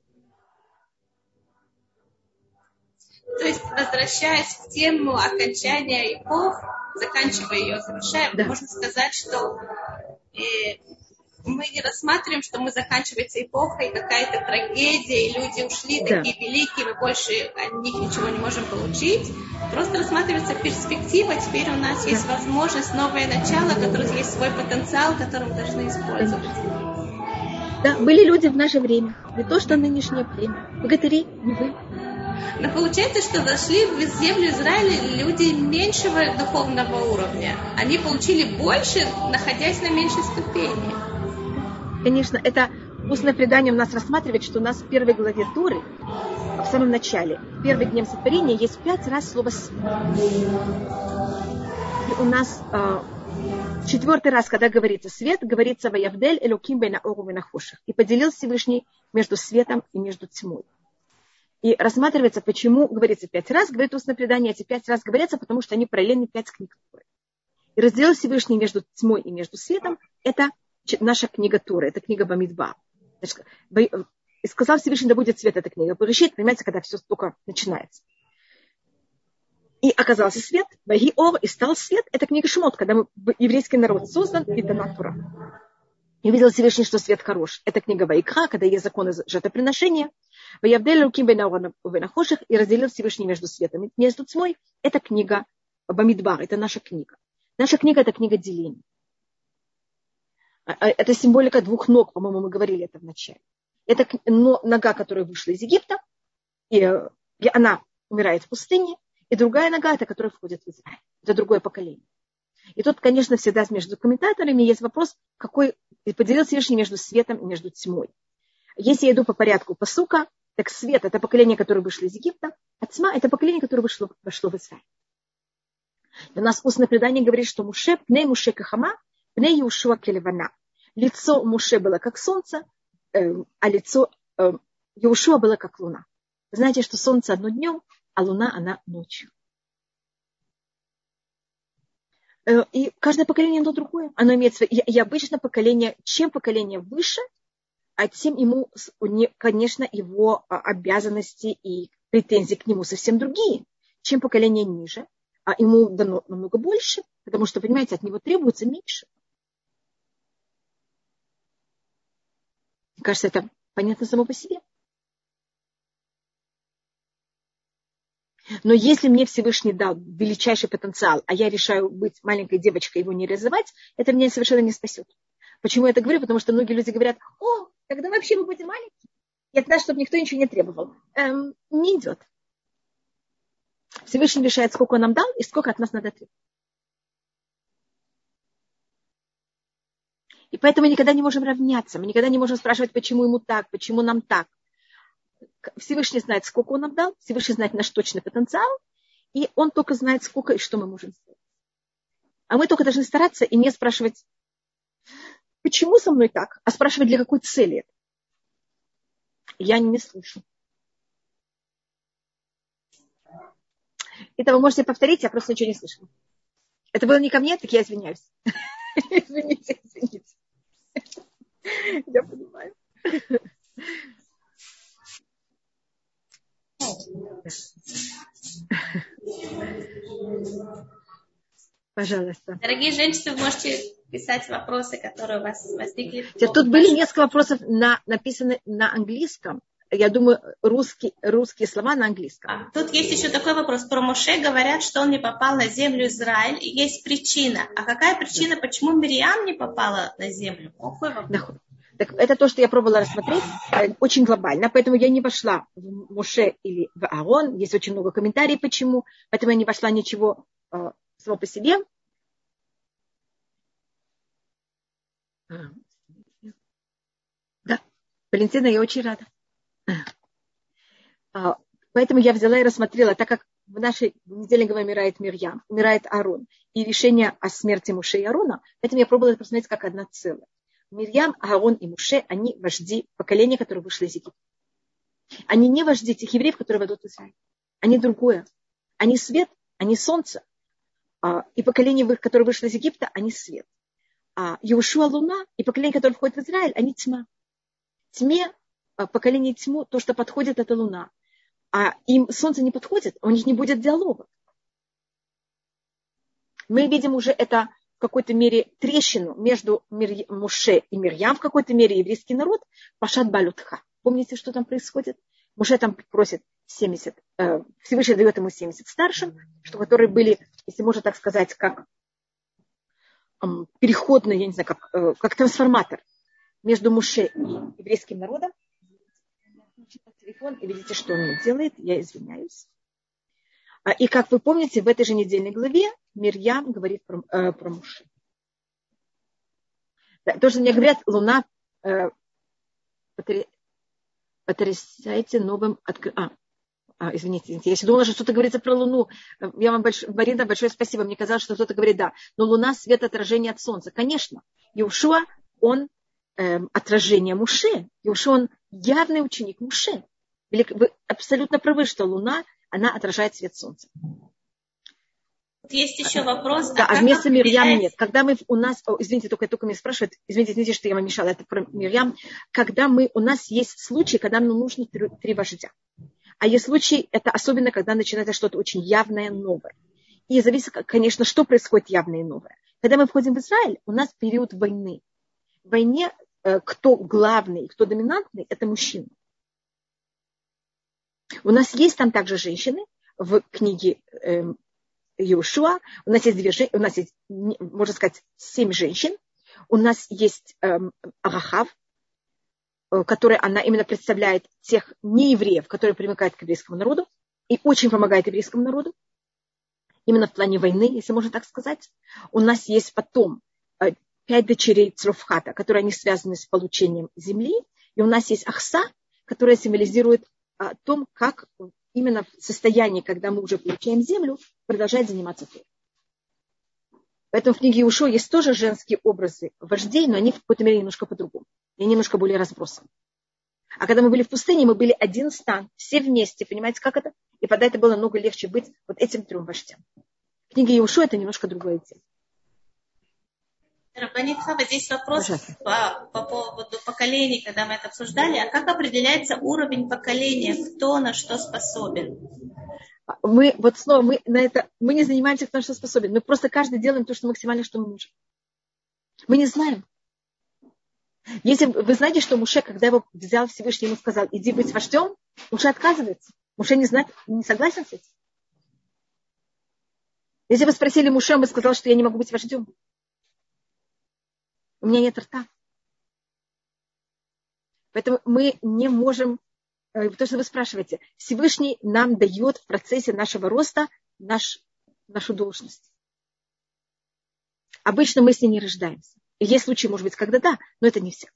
То есть, возвращаясь к тему окончания эпох, заканчивая ее, завершая, да. Можно сказать, что э, мы не рассматриваем, что мы заканчивается эпоха, и какая-то трагедия, и люди ушли да. такие великие, мы больше от них ничего не можем получить. Просто рассматривается перспектива, теперь у нас да. есть возможность, новое начало, у которого есть свой потенциал, который мы должны использовать. Да, были люди в наше время, не то, что нынешнее время. Богатыри, не вы. Но получается, что зашли в землю Израиля люди меньшего духовного уровня. Они получили больше, находясь на меньшей ступени. Конечно, это устное предание у нас рассматривает, что у нас в первой главе Торы, в самом начале, в первых днях сотворения, есть пять раз слово «свет». И у нас э, четвертый раз, когда говорится «свет», говорится «Ваявдель элоким бейна ору вейна хоших». И поделил Всевышний между светом и между тьмой. И рассматривается, почему говорится пять раз, говорит устное предание, эти пять раз говорятся, потому что они параллельны пять книг Торы. И разделил Всевышний между тьмой и между светом, это наша книга Торы, это книга Бамидбар. И сказал Всевышний, да будет свет, эта книга. Берешит, понимаете, когда все только начинается. И оказался свет, Ваги Ор, и стал свет, это книга Шмот, когда мы, еврейский народ создан, и дана Тора. И увидел Всевышний, что свет хорош. Это книга Ваикра, когда есть законы жертвоприношения. Ваявдель луким бейна ору вейна хоших, и разделил Всевышний между светом и между тьмой. Это книга Бамидбар, это наша книга. Наша книга – это книга деления. Это символика двух ног, по-моему, мы говорили это в начале. Это нога, которая вышла из Египта, и она умирает в пустыне, и другая нога, это которая входит в Израиль. Это другое поколение. И тут, конечно, всегда между комментаторами есть вопрос, какой поделил Всевышний между светом и между тьмой. Если я иду по порядку пасука, так свет – это поколение, которое вышло из Египта, а тьма – это поколение, которое вышло, вошло в Израиль. И у нас устное предание говорит, что Муше, пней Муше кахама, пней Иешуа келевана. Лицо Муше было как солнце, э, а лицо э, Иешуа было как луна. Вы знаете, что солнце одно днем, а луна она ночью. Э, и каждое поколение оно другое. Оно имеет свои, и, и обычно поколение, чем поколение выше, а тем ему, конечно, его обязанности и претензии к нему совсем другие. Чем поколение ниже, а ему дано намного больше, потому что, понимаете, от него требуется меньше. Мне кажется, это понятно само по себе. Но если мне Всевышний дал величайший потенциал, а я решаю быть маленькой девочкой, его не реализовать, это меня совершенно не спасет. Почему я это говорю? Потому что многие люди говорят, о, когда вообще мы будем маленькие, и от нас, чтобы никто ничего не требовал. Эм, не идет. Всевышний решает, сколько он нам дал и сколько от нас надо требовать. И поэтому мы никогда не можем равняться, мы никогда не можем спрашивать, почему ему так, почему нам так. Всевышний знает, сколько он нам дал, Всевышний знает наш точный потенциал, и он только знает, сколько и что мы можем сделать. А мы только должны стараться и не спрашивать, почему со мной так, а спрашивать, для какой цели это. Я не слышу. Это вы можете повторить, я просто ничего не слышала. Это было не ко мне, так я извиняюсь. Извините, извините. Я понимаю. Пожалуйста. Дорогие женщины, вы можете писать вопросы, которые у вас возникли. Тут были несколько вопросов, на, написаны на английском. Я думаю, русские, русские слова на английском. А, тут есть еще такой вопрос. Про Моше говорят, что он не попал на землю Израиль, и есть причина. А какая причина, почему Мирьям не попала на землю? Какой вопрос? Так, это то, что я пробовала рассмотреть, очень глобально, поэтому я не вошла в Моше или в Аарон. Есть очень много комментариев, почему. Поэтому я не вошла ничего э, само по себе. Да, Валентина, я очень рада. Поэтому я взяла и рассмотрела, так как в нашей недельной главе умирает Мирьям, умирает Аарон, и решение о смерти Моше и Аарона, поэтому я пробовала это посмотреть как одно целое. Мирьям, Аарон и Моше, они вожди поколения, которые вышли из Египта. Они не вожди тех евреев, которые ведут Израиль. Они другое. Они свет, они солнце. И поколение, которое вышло из Египта, они свет. А Йеушуа луна и поколение, которое входит в Израиль, они тьма. Тьме, поколение тьму, то, что подходит, это луна. А им солнце не подходит, у них не будет диалога. Мы видим уже это в какой-то мере трещину между Моше и Мирьям, в какой-то мере еврейский народ, Пашат Балютха. Помните, что там происходит? Моше там просит семьдесят, э, Всевышний дает ему семьдесят старшим, что которые были, если можно так сказать, как э, переходный, я не знаю, как, э, как трансформатор между Моше и еврейским народом. Телефон, и видите, что он мне делает, я извиняюсь. И как вы помните, в этой же недельной главе Мирьям говорит про, э, про Моше. Да, то, что мне говорят, луна э, потрясайте новым открытием. А, а, извините, извините, я еще думала, что что-то говорится про луну. Я вам, больш... Марина, большое спасибо. Мне казалось, что кто-то говорит, да. Но луна — свет отражения от солнца. Конечно. Йеушуа, он э, отражение Моше. Йеушуа, он явный ученик Моше. Вы абсолютно правы, что луна, она отражает свет солнца. Есть еще вопрос. Да, а, а вместо Мирьям нет. Когда мы у нас, о, извините, только, только меня спрашивают, извините, извините, что я вам мешала, это про Мирьям. Когда мы, у нас есть случаи, когда нам нужно три, три вождя. А есть случаи, это особенно, когда начинается что-то очень явное, новое. И зависит, конечно, что происходит явное и новое. Когда мы входим в Израиль, у нас период войны. В войне э, кто главный, кто доминантный, это мужчина. У нас есть там также женщины в книге э, Йеушуа. У нас есть две женщины, у нас есть, можно сказать, семь женщин. У нас есть э, Рахав, э, которая она именно представляет тех неевреев, которые примыкают к еврейскому народу и очень помогает еврейскому народу. Именно в плане войны, если можно так сказать. У нас есть потом э, пять дочерей Цлофхата, которые они связаны с получением земли. И у нас есть Ахса, которая символизирует о том, как именно в состоянии, когда мы уже получаем землю, продолжать заниматься Торой. Поэтому в книге Йеушуа есть тоже женские образы вождей, но они в какой-то мере немножко по-другому. И немножко более разбросаны. А когда мы были в пустыне, мы были один стан, все вместе. Понимаете, как это? И тогда это было много легче быть вот этим трем вождям. В книге Йеушуа это немножко другое дело. Рабанит Хава, здесь вопрос по, по поводу поколений, когда мы это обсуждали. А как определяется уровень поколения? Кто на что способен? Мы вот снова мы на это мы не занимаемся, кто на что способен. Мы просто каждый делаем то, что максимально, что мы можем. Мы не знаем. Если вы знаете, что Моше, когда его взял Всевышний, ему сказал, иди быть вождем, Моше отказывается. Моше не знает, не согласен с этим. Если вы спросили Моше, он бы сказал, что я не могу быть вождем. У меня нет рта. Поэтому мы не можем, то, что вы спрашиваете, Всевышний нам дает в процессе нашего роста наш, нашу должность. Обычно мы с ней не рождаемся. И есть случаи, может быть, когда да, но это не всегда.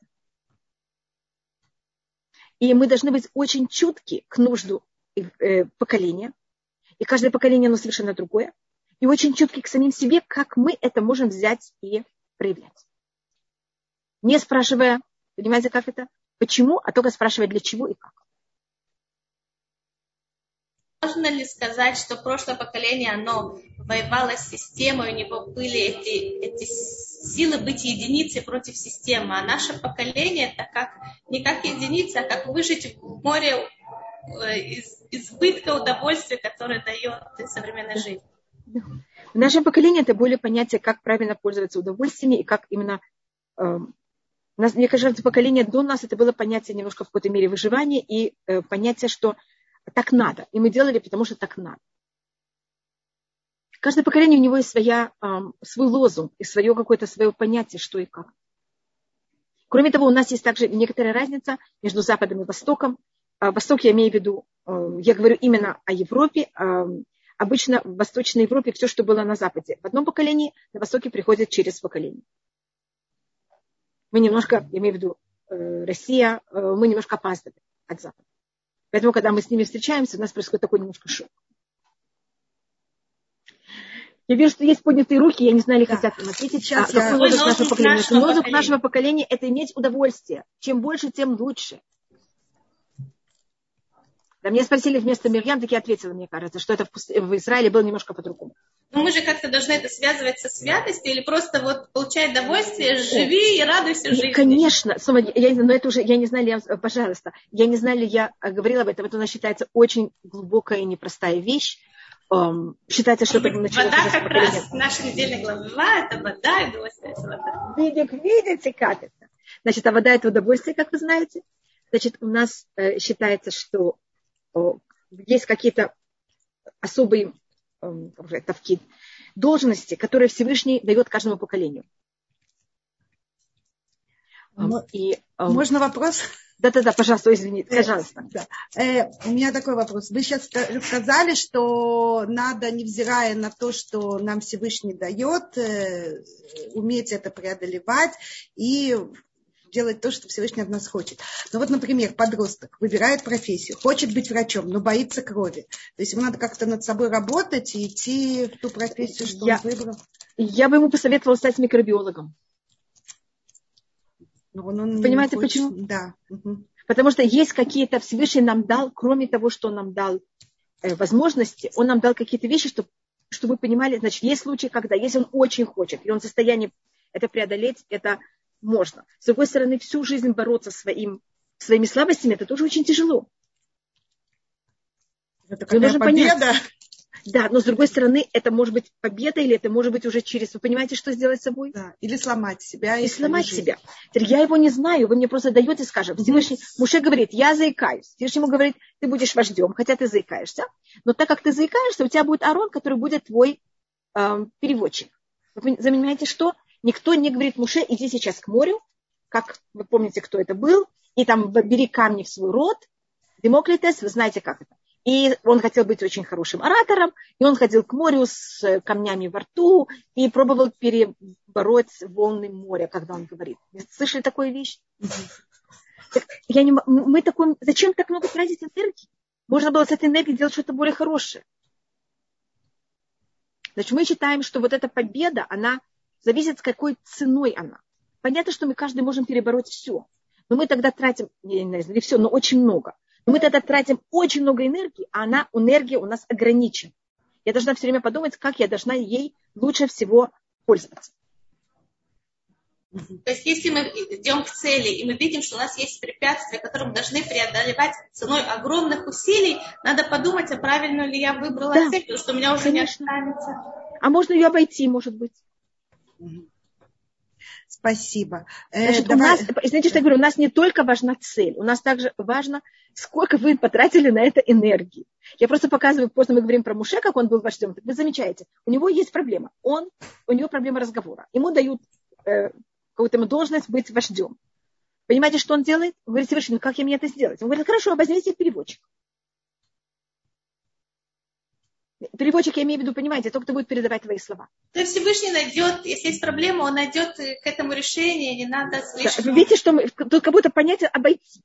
И мы должны быть очень чутки к нужду э, поколения. И каждое поколение, оно совершенно другое. И очень чутки к самим себе, как мы это можем взять и проявлять. Не спрашивая, понимаете, как это? Почему, а только спрашивая, для чего и как. Можно ли сказать, что прошлое поколение, оно воевало с системой, у него были эти, эти силы быть единицей против системы, а наше поколение это как, не как единица, а как выжить в море из избытка удовольствия, которое дает современная жизнь. В нашем поколении это более понятие, как правильно пользоваться удовольствиями и как именно... Э, нас, мне кажется, поколение до нас это было понятие немножко в какой-то мере выживания и э, понятие, что так надо. И мы делали, потому что так надо. Каждое поколение, у него есть своя, э, свой лозунг и свое какое-то свое понятие, что и как. Кроме того, у нас есть также некоторая разница между Западом и Востоком. Э, Восток я имею в виду, э, я говорю именно о Европе. Э, обычно в Восточной Европе все, что было на Западе, в одном поколении, на Востоке приходит через поколение. Мы немножко, я имею в виду э, Россия, э, мы немножко опаздываем от Запада. Поэтому, когда мы с ними встречаемся, у нас происходит такой немножко шок. Я вижу, что есть поднятые руки, я не знаю, ли да. хотят им ответить. Сейчас а, я... Лозунг нашего поколения. Нашего лозунг поколения. нашего поколения – это иметь удовольствие. Чем больше, тем лучше. Да, меня спросили вместо Мирьям, так я ответила, мне кажется, что это в, в Израиле было немножко по-другому. Но мы же как-то должны это связывать со святостью или просто вот получай удовольствие, живи и радуйся жизни. Конечно, я, но это уже, я не знаю, я, пожалуйста, я не знаю, ли я говорила об этом, это у нас считается очень глубокая и непростая вещь. Um, считается, что это началось вода как раз, наша недельная глава, это вода и удовольствие, это вода. Видите, видите, как это? Значит, а вода – это удовольствие, как вы знаете. Значит, у нас э, считается, что о, есть какие-то особые э, тавки, должности, которые Всевышний дает каждому поколению. Um, и, э, Можно вопрос? Да-да-да, пожалуйста, извините, пожалуйста. Да. Э, у меня такой вопрос. Вы сейчас сказали, что надо, невзирая на то, что нам Всевышний дает, э, уметь это преодолевать и делать то, что Всевышний от нас хочет. Ну вот, например, подросток выбирает профессию, хочет быть врачом, но боится крови. То есть ему надо как-то над собой работать и идти в ту профессию, что я, он выбрал. Я бы ему посоветовала стать микробиологом. Он, он Понимаете, хочет... почему? Да. Угу. Потому что есть какие-то Всевышний нам дал, кроме того, что он нам дал э, возможности, он нам дал какие-то вещи, чтобы, чтобы вы понимали, значит, есть случаи, когда, если он очень хочет, и он в состоянии это преодолеть, это можно. С другой стороны, всю жизнь бороться своим, своими слабостями, это тоже очень тяжело. Это какая победа. Понять. Да, но с другой стороны, это может быть победа, или это может быть уже через... Вы понимаете, что сделать с собой? Да, или сломать себя. И сломать жизнь. себя. Теперь я его не знаю, вы мне просто даете, скажем. Всевышний, Муше говорит, я заикаюсь. Всевышний ему говорит, ты будешь вождем, хотя ты заикаешься. Но так как ты заикаешься, у тебя будет Аарон, который будет твой э, переводчик. Вы понимаете, что? Никто не говорит Муше, иди сейчас к морю, как вы помните, кто это был, и там бери камни в свой рот. Демоклитес, вы знаете, как это. И он хотел быть очень хорошим оратором, и он ходил к морю с камнями во рту и пробовал перебороть волны моря, когда он говорит. Слышали такую вещь? Так я не, мы такой, зачем так много тратить энергии? Можно было с этой энергией делать что-то более хорошее. Значит, мы считаем, что вот эта победа, она зависит, с какой ценой она. Понятно, что мы каждый можем перебороть все. Но мы тогда тратим, не знаю, не все, но очень много. Но мы тогда тратим очень много энергии, а она, энергия у нас ограничена. Я должна все время подумать, как я должна ей лучше всего пользоваться. То есть, если мы идем к цели, и мы видим, что у нас есть препятствия, которые мы должны преодолевать ценой огромных усилий, надо подумать, а правильно ли я выбрала да, цель, потому что у меня уже конечно. не останется. А можно ее обойти, может быть. Спасибо. Значит, э, у нас, извините, что я говорю, у нас не только важна цель, у нас также важно, сколько вы потратили на это энергии. Я просто показываю, после мы говорим про Муше, как он был вождем. Вы замечаете, у него есть проблема. Он, у него проблема разговора. Ему дают э, какую-то должность быть вождем. Понимаете, что он делает? Он говорит, Всевышний, ну как я мне это сделать? Он говорит, хорошо, возьмите переводчик. Переводчик, я имею в виду, понимаете, тот, кто будет передавать твои слова. То есть Всевышний найдет, если есть проблема, он найдет к этому решение, не надо слишком... Да, вы видите, что мы, тут как будто понятие обойти.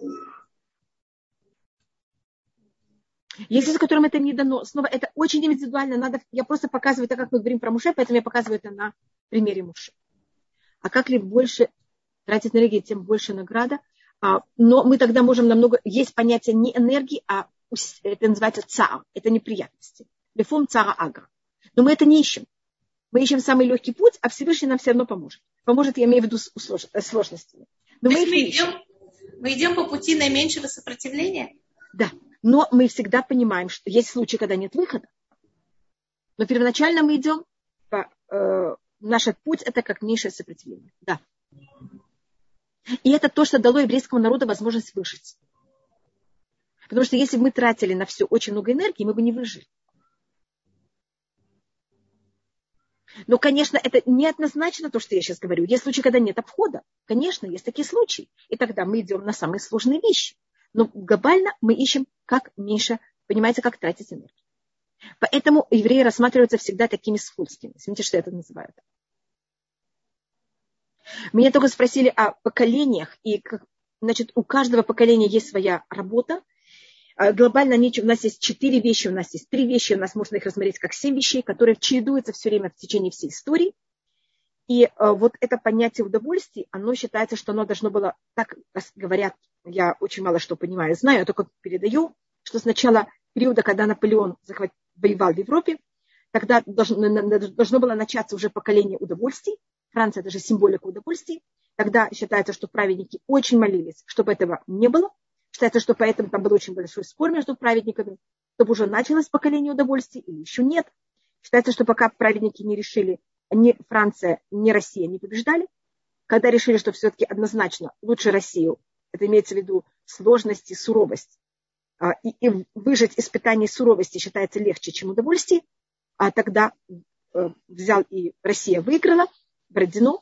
Есть люди, которым это не дано. Снова, это очень индивидуально. Надо, я просто показываю так, как мы говорим про Муше, поэтому я показываю это на примере Муше. А как ли больше тратить энергии, тем больше награда. А, но мы тогда можем намного... Есть понятие не энергии, а это называется цаар, это неприятности. Лефум цара агра. Но мы это не ищем. Мы ищем самый легкий путь, а Всевышний нам все равно поможет. Поможет, я имею в виду сложностями. Но мы, мы, идем, мы идем по пути наименьшего сопротивления? Да. Но мы всегда понимаем, что есть случаи, когда нет выхода. Но первоначально мы идем по... Э, наш путь – это как меньшее сопротивление. Да. И это то, что дало еврейскому народу возможность выжить. Потому что если бы мы тратили на все очень много энергии, мы бы не выжили. Но, конечно, это неоднозначно то, что я сейчас говорю. Есть случаи, когда нет обхода. Конечно, есть такие случаи. И тогда мы идем на самые сложные вещи. Но глобально мы ищем как меньше, понимаете, как тратить энергию. Поэтому евреи рассматриваются всегда такими схудскими. Смотрите, что я это называю. Меня только спросили о поколениях. И, значит, у каждого поколения есть своя работа. Глобально у нас есть четыре вещи, у нас есть три вещи, у нас можно их рассмотреть как семь вещей, которые чередуются все время в течение всей истории. И вот это понятие удовольствия, оно считается, что оно должно было, так говорят, я очень мало что понимаю, знаю, я только передаю, что с начала периода, когда Наполеон воевал в Европе, тогда должно, должно было начаться уже поколение удовольствий. Франция – это же символика удовольствий. Тогда считается, что праведники очень молились, чтобы этого не было. Считается, что поэтому там был очень большой спор между праведниками, чтобы уже началось поколение удовольствий или еще нет. Считается, что пока праведники не решили, ни Франция, ни Россия не побеждали. Когда решили, что все-таки однозначно лучше Россию, это имеется в виду сложность и суровость, и, и выжить испытание суровости считается легче, чем удовольствие, а тогда взял и Россия выиграла, Бородино.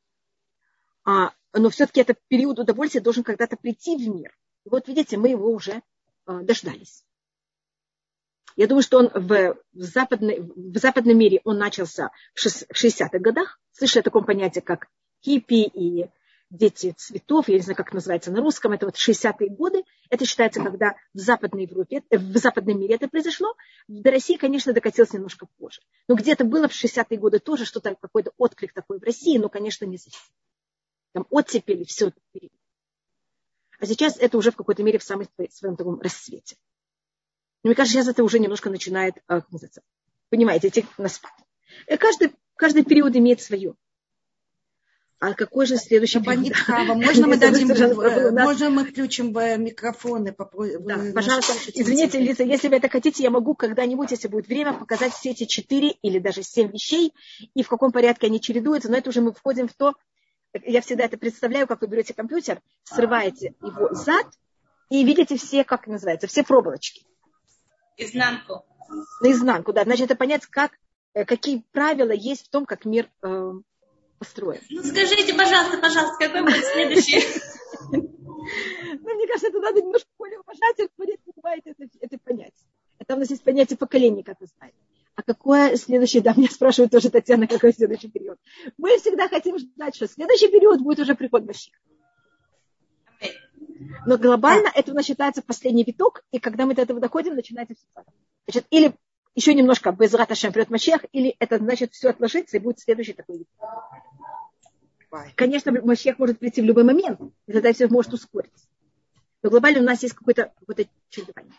Но все-таки этот период удовольствия должен когда-то прийти в мир. И вот видите, мы его уже э, дождались. Я думаю, что он в, в, западной, в западном мире он начался в шестидесятых годах. Слышали о таком понятии, как хиппи и дети цветов, я не знаю, как это называется на русском, это вот шестидесятые годы. Это считается, когда в Западной Европе, в западном мире это произошло. До России, конечно, докатилось немножко позже. Но где-то было в шестидесятые годы тоже что-то, какой-то отклик такой в России, но, конечно, не совсем. Там оттепели, все это перед. А сейчас это уже в какой-то мере в самом своем таком расцвете. Но мне кажется, сейчас это уже немножко начинает, как называется, понимаете, идти на спад. Каждый, каждый период имеет свое. А какой же следующий период? Хава, можно мы дадим, можно мы включим микрофоны? Да, пожалуйста, извините, Лиза, если вы это хотите, я могу когда-нибудь, если будет время, показать все эти четыре или даже семь вещей, и в каком порядке они чередуются, но это уже мы входим в то. Я всегда это представляю, как вы берете компьютер, срываете его зад и видите все, как называется, все проволочки. Изнанку. Наизнанку, да. Значит, это понять, как, какие правила есть в том, как мир э, построен. Ну, скажите, пожалуйста, пожалуйста, какой будет следующий? Ну, мне кажется, это надо немножко более уважать, понимаете, это понять. Там у нас есть понятие поколений, как вы знаете. А какое следующее, да, меня спрашивают тоже Татьяна, какой следующий период. Мы всегда хотим ждать, что следующий период будет уже приход Машиаха. Но глобально это у нас считается последний виток, и когда мы до этого доходим, начинается все. Значит, или еще немножко Безрат Ашем придет Машиах, или это значит все отложится, и будет следующий такой виток. Конечно, Машиах может прийти в любой момент, и тогда все может ускориться. Но глобально у нас есть какое-то, какое-то чередование.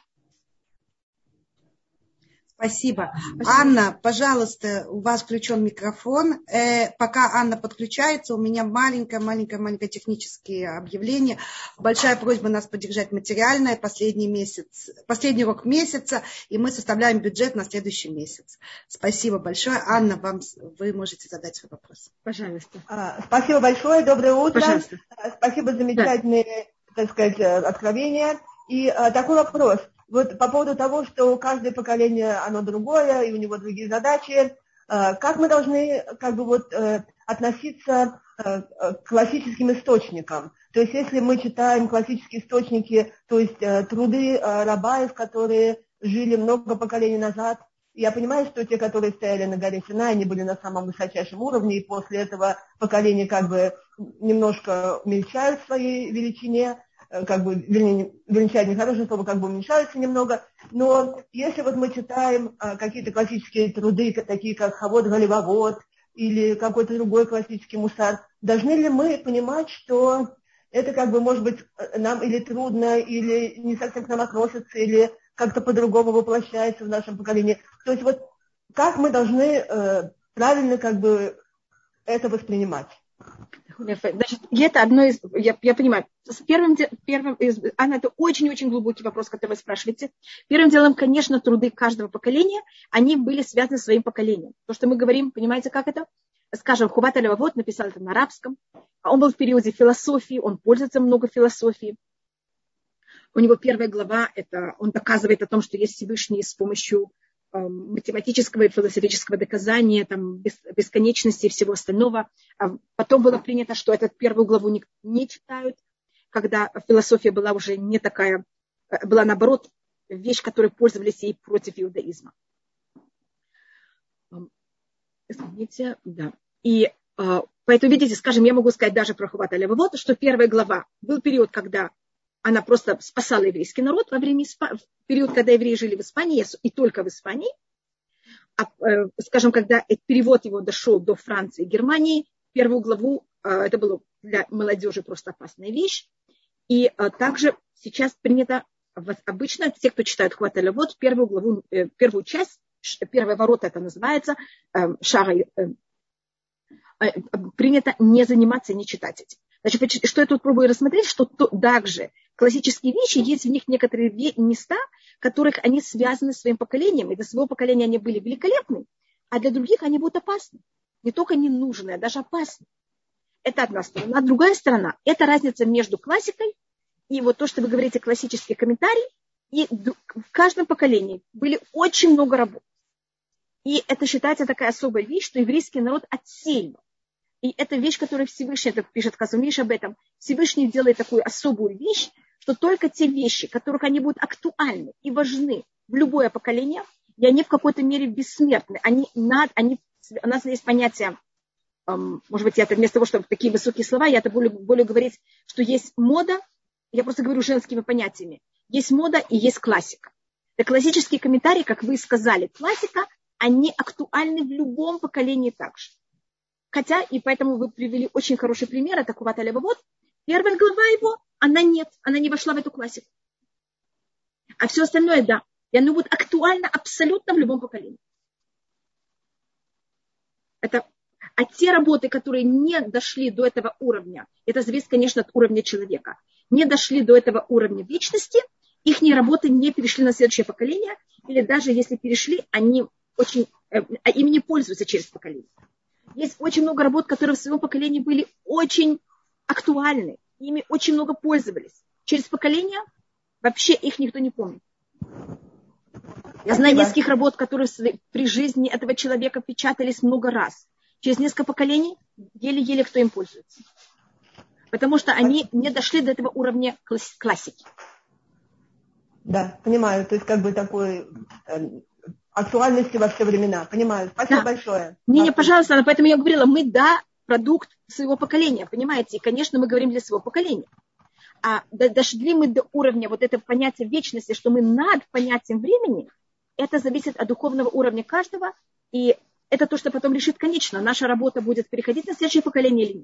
Спасибо. Спасибо. Анна, пожалуйста, у вас включен микрофон. Э, пока Анна подключается, у меня маленькое-маленькое-маленькое техническое объявление. Большая просьба нас поддержать материально. Последний месяц, последний урок месяца, и мы составляем бюджет на следующий месяц. Спасибо большое. Анна, вам, вы можете задать свой вопрос. Пожалуйста. А, спасибо большое. Доброе утро. Пожалуйста. Спасибо за замечательные, да. так сказать, откровения. И а, такой вопрос. Вот по поводу того, что каждое поколение, оно другое, и у него другие задачи, как мы должны как бы вот относиться к классическим источникам? То есть если мы читаем классические источники, то есть труды рабаев, которые жили много поколений назад, я понимаю, что те, которые стояли на горе Синай, они были на самом высочайшем уровне, и после этого поколения как бы немножко уменьшают в своей величине, как бы, вернее, величать нехорошее слово, как бы уменьшаются немного, но если вот мы читаем а, какие-то классические труды, такие как Хавод Галивавод или какой-то другой классический мусар, должны ли мы понимать, что это как бы, может быть, нам или трудно, или не совсем к нам относится, или как-то по-другому воплощается в нашем поколении. То есть вот как мы должны э, правильно как бы это воспринимать? Значит, это одно из, я, я понимаю, с первым, первым из, Анна, это очень-очень глубокий вопрос, который вы спрашиваете. Первым делом, конечно, труды каждого поколения, они были связаны с своим поколением. То, что мы говорим, понимаете, как это? Скажем, Хуват аль-Вавот написал это на арабском, он был в периоде философии, он пользуется много философией. У него первая глава, это он доказывает о том, что есть Всевышний с помощью математического и философического доказания, там, бесконечности и всего остального. А потом было принято, что эту первую главу не, не читают, когда философия была уже не такая, была наоборот вещь, которой пользовались ей против иудаизма. Извините, да. И поэтому, видите, скажем, я могу сказать даже про Хуват аль-Вавот, что первая глава был период, когда она просто спасала еврейский народ во время Испа... в период, когда евреи жили в Испании и только в Испании. А, э, скажем, когда перевод его дошел до Франции и Германии, первую главу, э, это было для молодежи просто опасная вещь. И э, также сейчас принято, обычно те, кто читает Хуват аль-Вавот, первую главу, э, первую часть, первые ворота это называется, э, шара, э, э, принято не заниматься, не читать этим. Значит, что я тут пробую рассмотреть, что то, также классические вещи, есть в них некоторые места, которых они связаны с своим поколением, и для своего поколения они были великолепны, а для других они будут опасны. Не только ненужные, а даже опасны. Это одна сторона. А другая сторона – это разница между классикой и вот то, что вы говорите, классические комментарии. И в каждом поколении были очень много работ. И это считается такая особая вещь, что еврейский народ отсеян. И это вещь, которую Всевышний, это пишет Хазон-Иш об этом, Всевышний делает такую особую вещь, что только те вещи, которых они будут актуальны и важны в любое поколение, и они в какой-то мере бессмертны. Они, над, они, у нас есть понятие, эм, может быть, я это вместо того, чтобы такие высокие слова, я это более, более говорить, что есть мода, я просто говорю женскими понятиями, есть мода и есть классика. Это классические комментарии, как вы сказали, классика, они актуальны в любом поколении также. Хотя, и поэтому вы привели очень хороший пример, это Хуват аль-Вавот. Первая глава его, она нет, она не вошла в эту классику. А все остальное, да. И оно будет актуально абсолютно в любом поколении. Это, а те работы, которые не дошли до этого уровня, это зависит, конечно, от уровня человека, не дошли до этого уровня вечности, их работы не перешли на следующее поколение, или даже если перешли, они очень, э, ими не пользуются через поколение. Есть очень много работ, которые в своем поколении были очень актуальны. Ими очень много пользовались. Через поколение вообще их никто не помнит. Я знаю нескольких работ, которые при жизни этого человека печатались много раз. Через несколько поколений еле-еле кто им пользуется. Потому что они не дошли до этого уровня классики. Да, понимаю. То есть как бы такой... актуальности во все времена. Понимаю. Спасибо да. большое. Не, не, пожалуйста, поэтому я говорила, мы, да, продукт своего поколения, понимаете? И, конечно, мы говорим для своего поколения. А дошли мы до уровня вот этого понятия вечности, что мы над понятием времени, это зависит от духовного уровня каждого, и это то, что потом решит, конечно, наша работа будет переходить на следующее поколение или нет.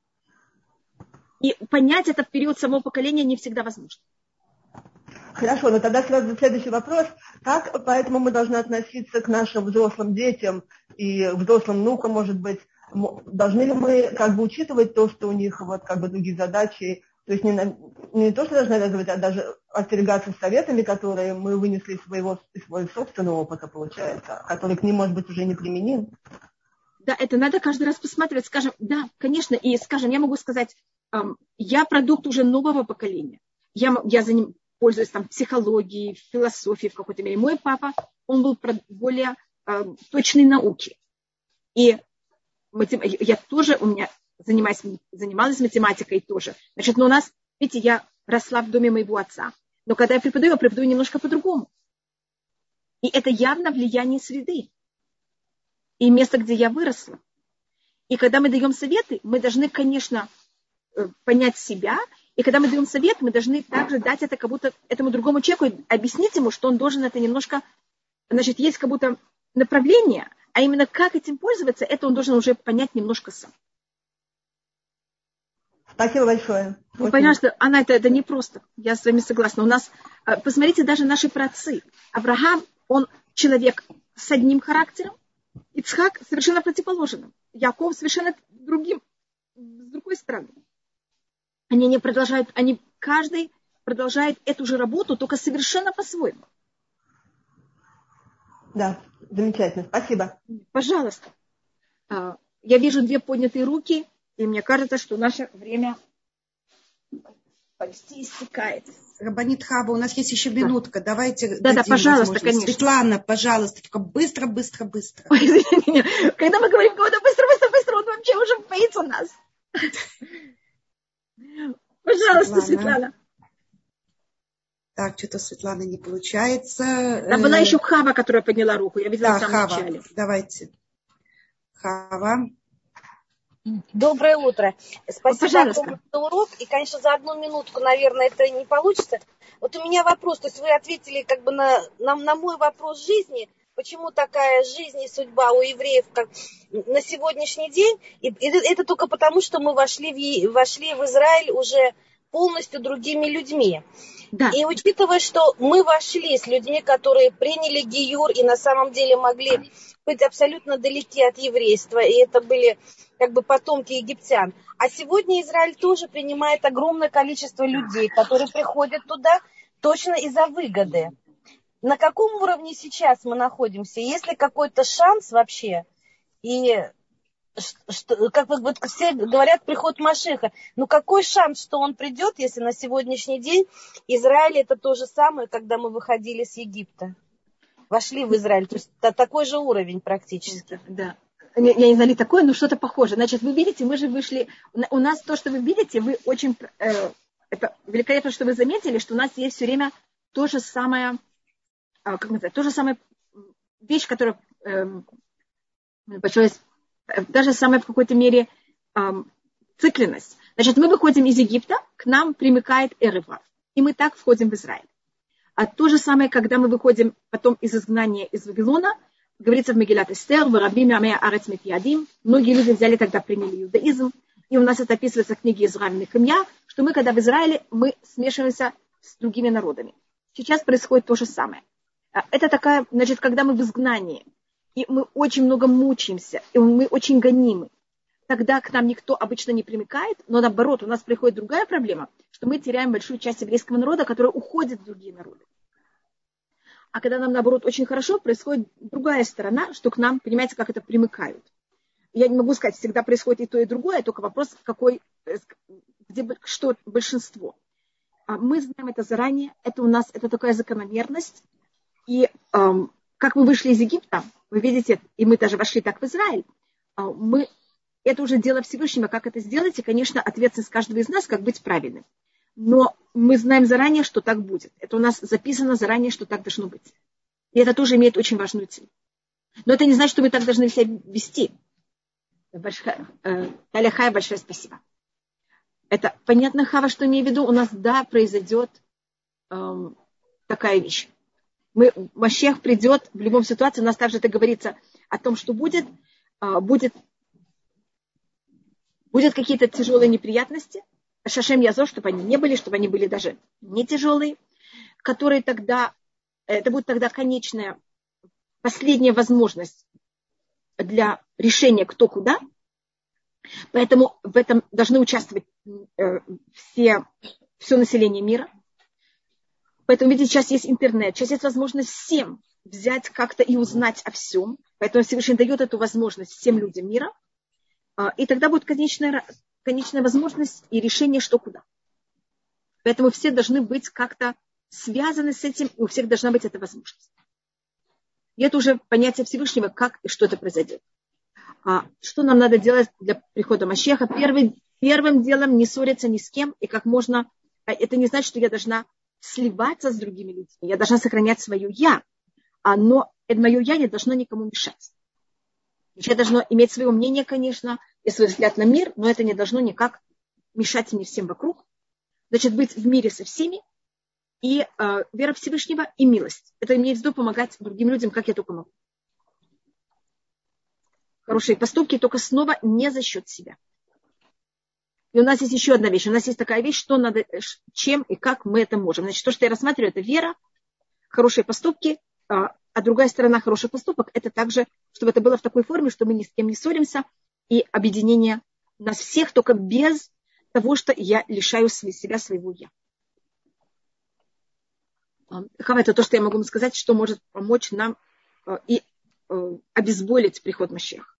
И понять этот период самого поколения не всегда возможно. Хорошо, но тогда сразу следующий вопрос. Как поэтому мы должны относиться к нашим взрослым детям и взрослым внукам, может быть? Должны ли мы как бы учитывать то, что у них вот как бы другие задачи? То есть не, не то, что должны навязывать, а даже остерегаться советами, которые мы вынесли из своего, из своего собственного опыта, получается, который к ним, может быть, уже не применим. Да, это надо каждый раз посматривать. Скажем, да, конечно, и, скажем, я могу сказать, эм, я продукт уже нового поколения. Я, я за ним пользуюсь там психологией, философией в какой-то мере. Мой папа, он был более э, точной науки. И я тоже, у меня занимаюсь, занималась математикой тоже. Значит, но у нас, видите, я росла в доме моего отца. Но когда я преподаю, я преподаю немножко по-другому. И это явно влияние среды. И место, где я выросла. И когда мы даем советы, мы должны, конечно, понять себя. И когда мы даем совет, мы должны также дать это как будто этому другому человеку, объяснить ему, что он должен это немножко, значит, есть как будто направление, а именно как этим пользоваться, это он должен уже понять немножко сам. Спасибо большое. Вы понимаете, что она это, это не просто. Я с вами согласна. У нас, посмотрите, даже наши праотцы. Авраам, он человек с одним характером, Ицхак совершенно противоположным. Яков совершенно другим, с другой стороны. Они не продолжают, они каждый продолжает эту же работу, только совершенно по-своему. Да, замечательно. Спасибо. Пожалуйста. Я вижу две поднятые руки, и мне кажется, что наше время почти истекает. Рабанит Хава, у нас есть еще минутка. Да. Давайте. Да, да, пожалуйста, конечно. Светлана, пожалуйста, только быстро, быстро, быстро. Ой, извините меня. Когда мы говорим кого-то быстро, быстро, быстро, он вообще уже боится нас. Пожалуйста, Светлана. Светлана. Так, что-то Светлана не получается. Там была еще Хава, которая подняла руку. Я видела да, в самом Хава. начале. Давайте. Хава. Доброе утро. Спасибо Пожалуйста. за урок. И, конечно, за одну минутку, наверное, это не получится. Вот у меня вопрос. То есть вы ответили как бы на, на, на мой вопрос жизни. Почему такая жизнь и судьба у евреев как на сегодняшний день? И это, это только потому, что мы вошли в, вошли в Израиль уже полностью другими людьми. Да. И учитывая, что мы вошли с людьми, которые приняли гиюр и на самом деле могли быть абсолютно далеки от еврейства, и это были как бы потомки египтян. А сегодня Израиль тоже принимает огромное количество людей, которые приходят туда точно из-за выгоды. На каком уровне сейчас мы находимся? Есть ли какой-то шанс вообще? И что, как вот все говорят, приход Машиха. Ну какой шанс, что он придет, если на сегодняшний день Израиль это то же самое, когда мы выходили с Египта? Вошли в Израиль, то есть такой же уровень практически. Да. Я, я не знаю, ли такое, но что-то похоже. Значит, вы видите, мы же вышли... У нас то, что вы видите, вы очень... Э, это великолепно, что вы заметили, что у нас есть все время то же самое... Э, как называется? То же самое вещь, которая... Э, большое, даже самая в какой-то мере э, цикленность. Значит, мы выходим из Египта, к нам примыкает Эревав. И мы так входим в Израиль. А то же самое, когда мы выходим потом из изгнания из Вавилона, говорится в Мегилат Эстер, в Рабим Амея Арец Митьядим, многие люди взяли тогда, приняли иудаизм, и у нас это описывается в книге Израиль Нехемия, что мы, когда в Израиле, мы смешиваемся с другими народами. Сейчас происходит то же самое. Это такая, значит, когда мы в изгнании, и мы очень много мучаемся, и мы очень гонимы, тогда к нам никто обычно не примыкает, но наоборот, у нас приходит другая проблема, что мы теряем большую часть еврейского народа, который уходит в другие народы. А когда нам, наоборот, очень хорошо, происходит другая сторона, что к нам, понимаете, как это примыкают. Я не могу сказать, всегда происходит и то, и другое, только вопрос, какой, где, что большинство. Мы знаем это заранее, это у нас, это такая закономерность. И эм, как мы вышли из Египта, вы видите, и мы даже вошли так в Израиль, мы, это уже дело Всевышнего, как это сделать, и, конечно, ответственность каждого из нас, как быть правильным. Но мы знаем заранее, что так будет. Это у нас записано заранее, что так должно быть. И это тоже имеет очень важную цель. Но это не значит, что мы так должны себя вести. Таля Хая, большое спасибо. Это понятно, Хава, что имею в виду? У нас, да, произойдет эм, такая вещь. Мы, Машех придет, в любом ситуации, у нас также это говорится о том, что будет, э, будет, будет какие-то тяжелые неприятности, Шашем Язо, чтобы они не были, чтобы они были даже не тяжелые, которые тогда, это будет тогда конечная, последняя возможность для решения кто куда. Поэтому в этом должны участвовать э, все, все население мира. Поэтому, видите, сейчас есть интернет, сейчас есть возможность всем взять как-то и узнать о всем. Поэтому Всевышний дает эту возможность всем людям мира. Э, и тогда будет конечная конечная возможность и решение, что куда. Поэтому все должны быть как-то связаны с этим, и у всех должна быть эта возможность. И это уже понятие Всевышнего, как и что это произойдет. А что нам надо делать для прихода Машеха? Первый, первым делом не ссориться ни с кем, и как можно... Это не значит, что я должна сливаться с другими людьми. Я должна сохранять свое «я», но это мое «я» не должно никому мешать. Я должна иметь свое мнение, конечно, и свой взгляд на мир, но это не должно никак мешать мне всем вокруг. Значит, быть в мире со всеми, и э, вера Всевышнего, и милость. Это имеет в виду помогать другим людям, как я только могу. Хорошие поступки, только снова не за счет себя. И у нас есть еще одна вещь. У нас есть такая вещь, что надо, чем и как мы это можем. Значит, то, что я рассматриваю, это вера, хорошие поступки, а, а другая сторона хороших поступок, это также, чтобы это было в такой форме, что мы ни с кем не ссоримся, и объединение нас всех, только без того, что я лишаю себя своего я. Хава, это то, что я могу сказать, что может помочь нам и обезболить приход Машиаха.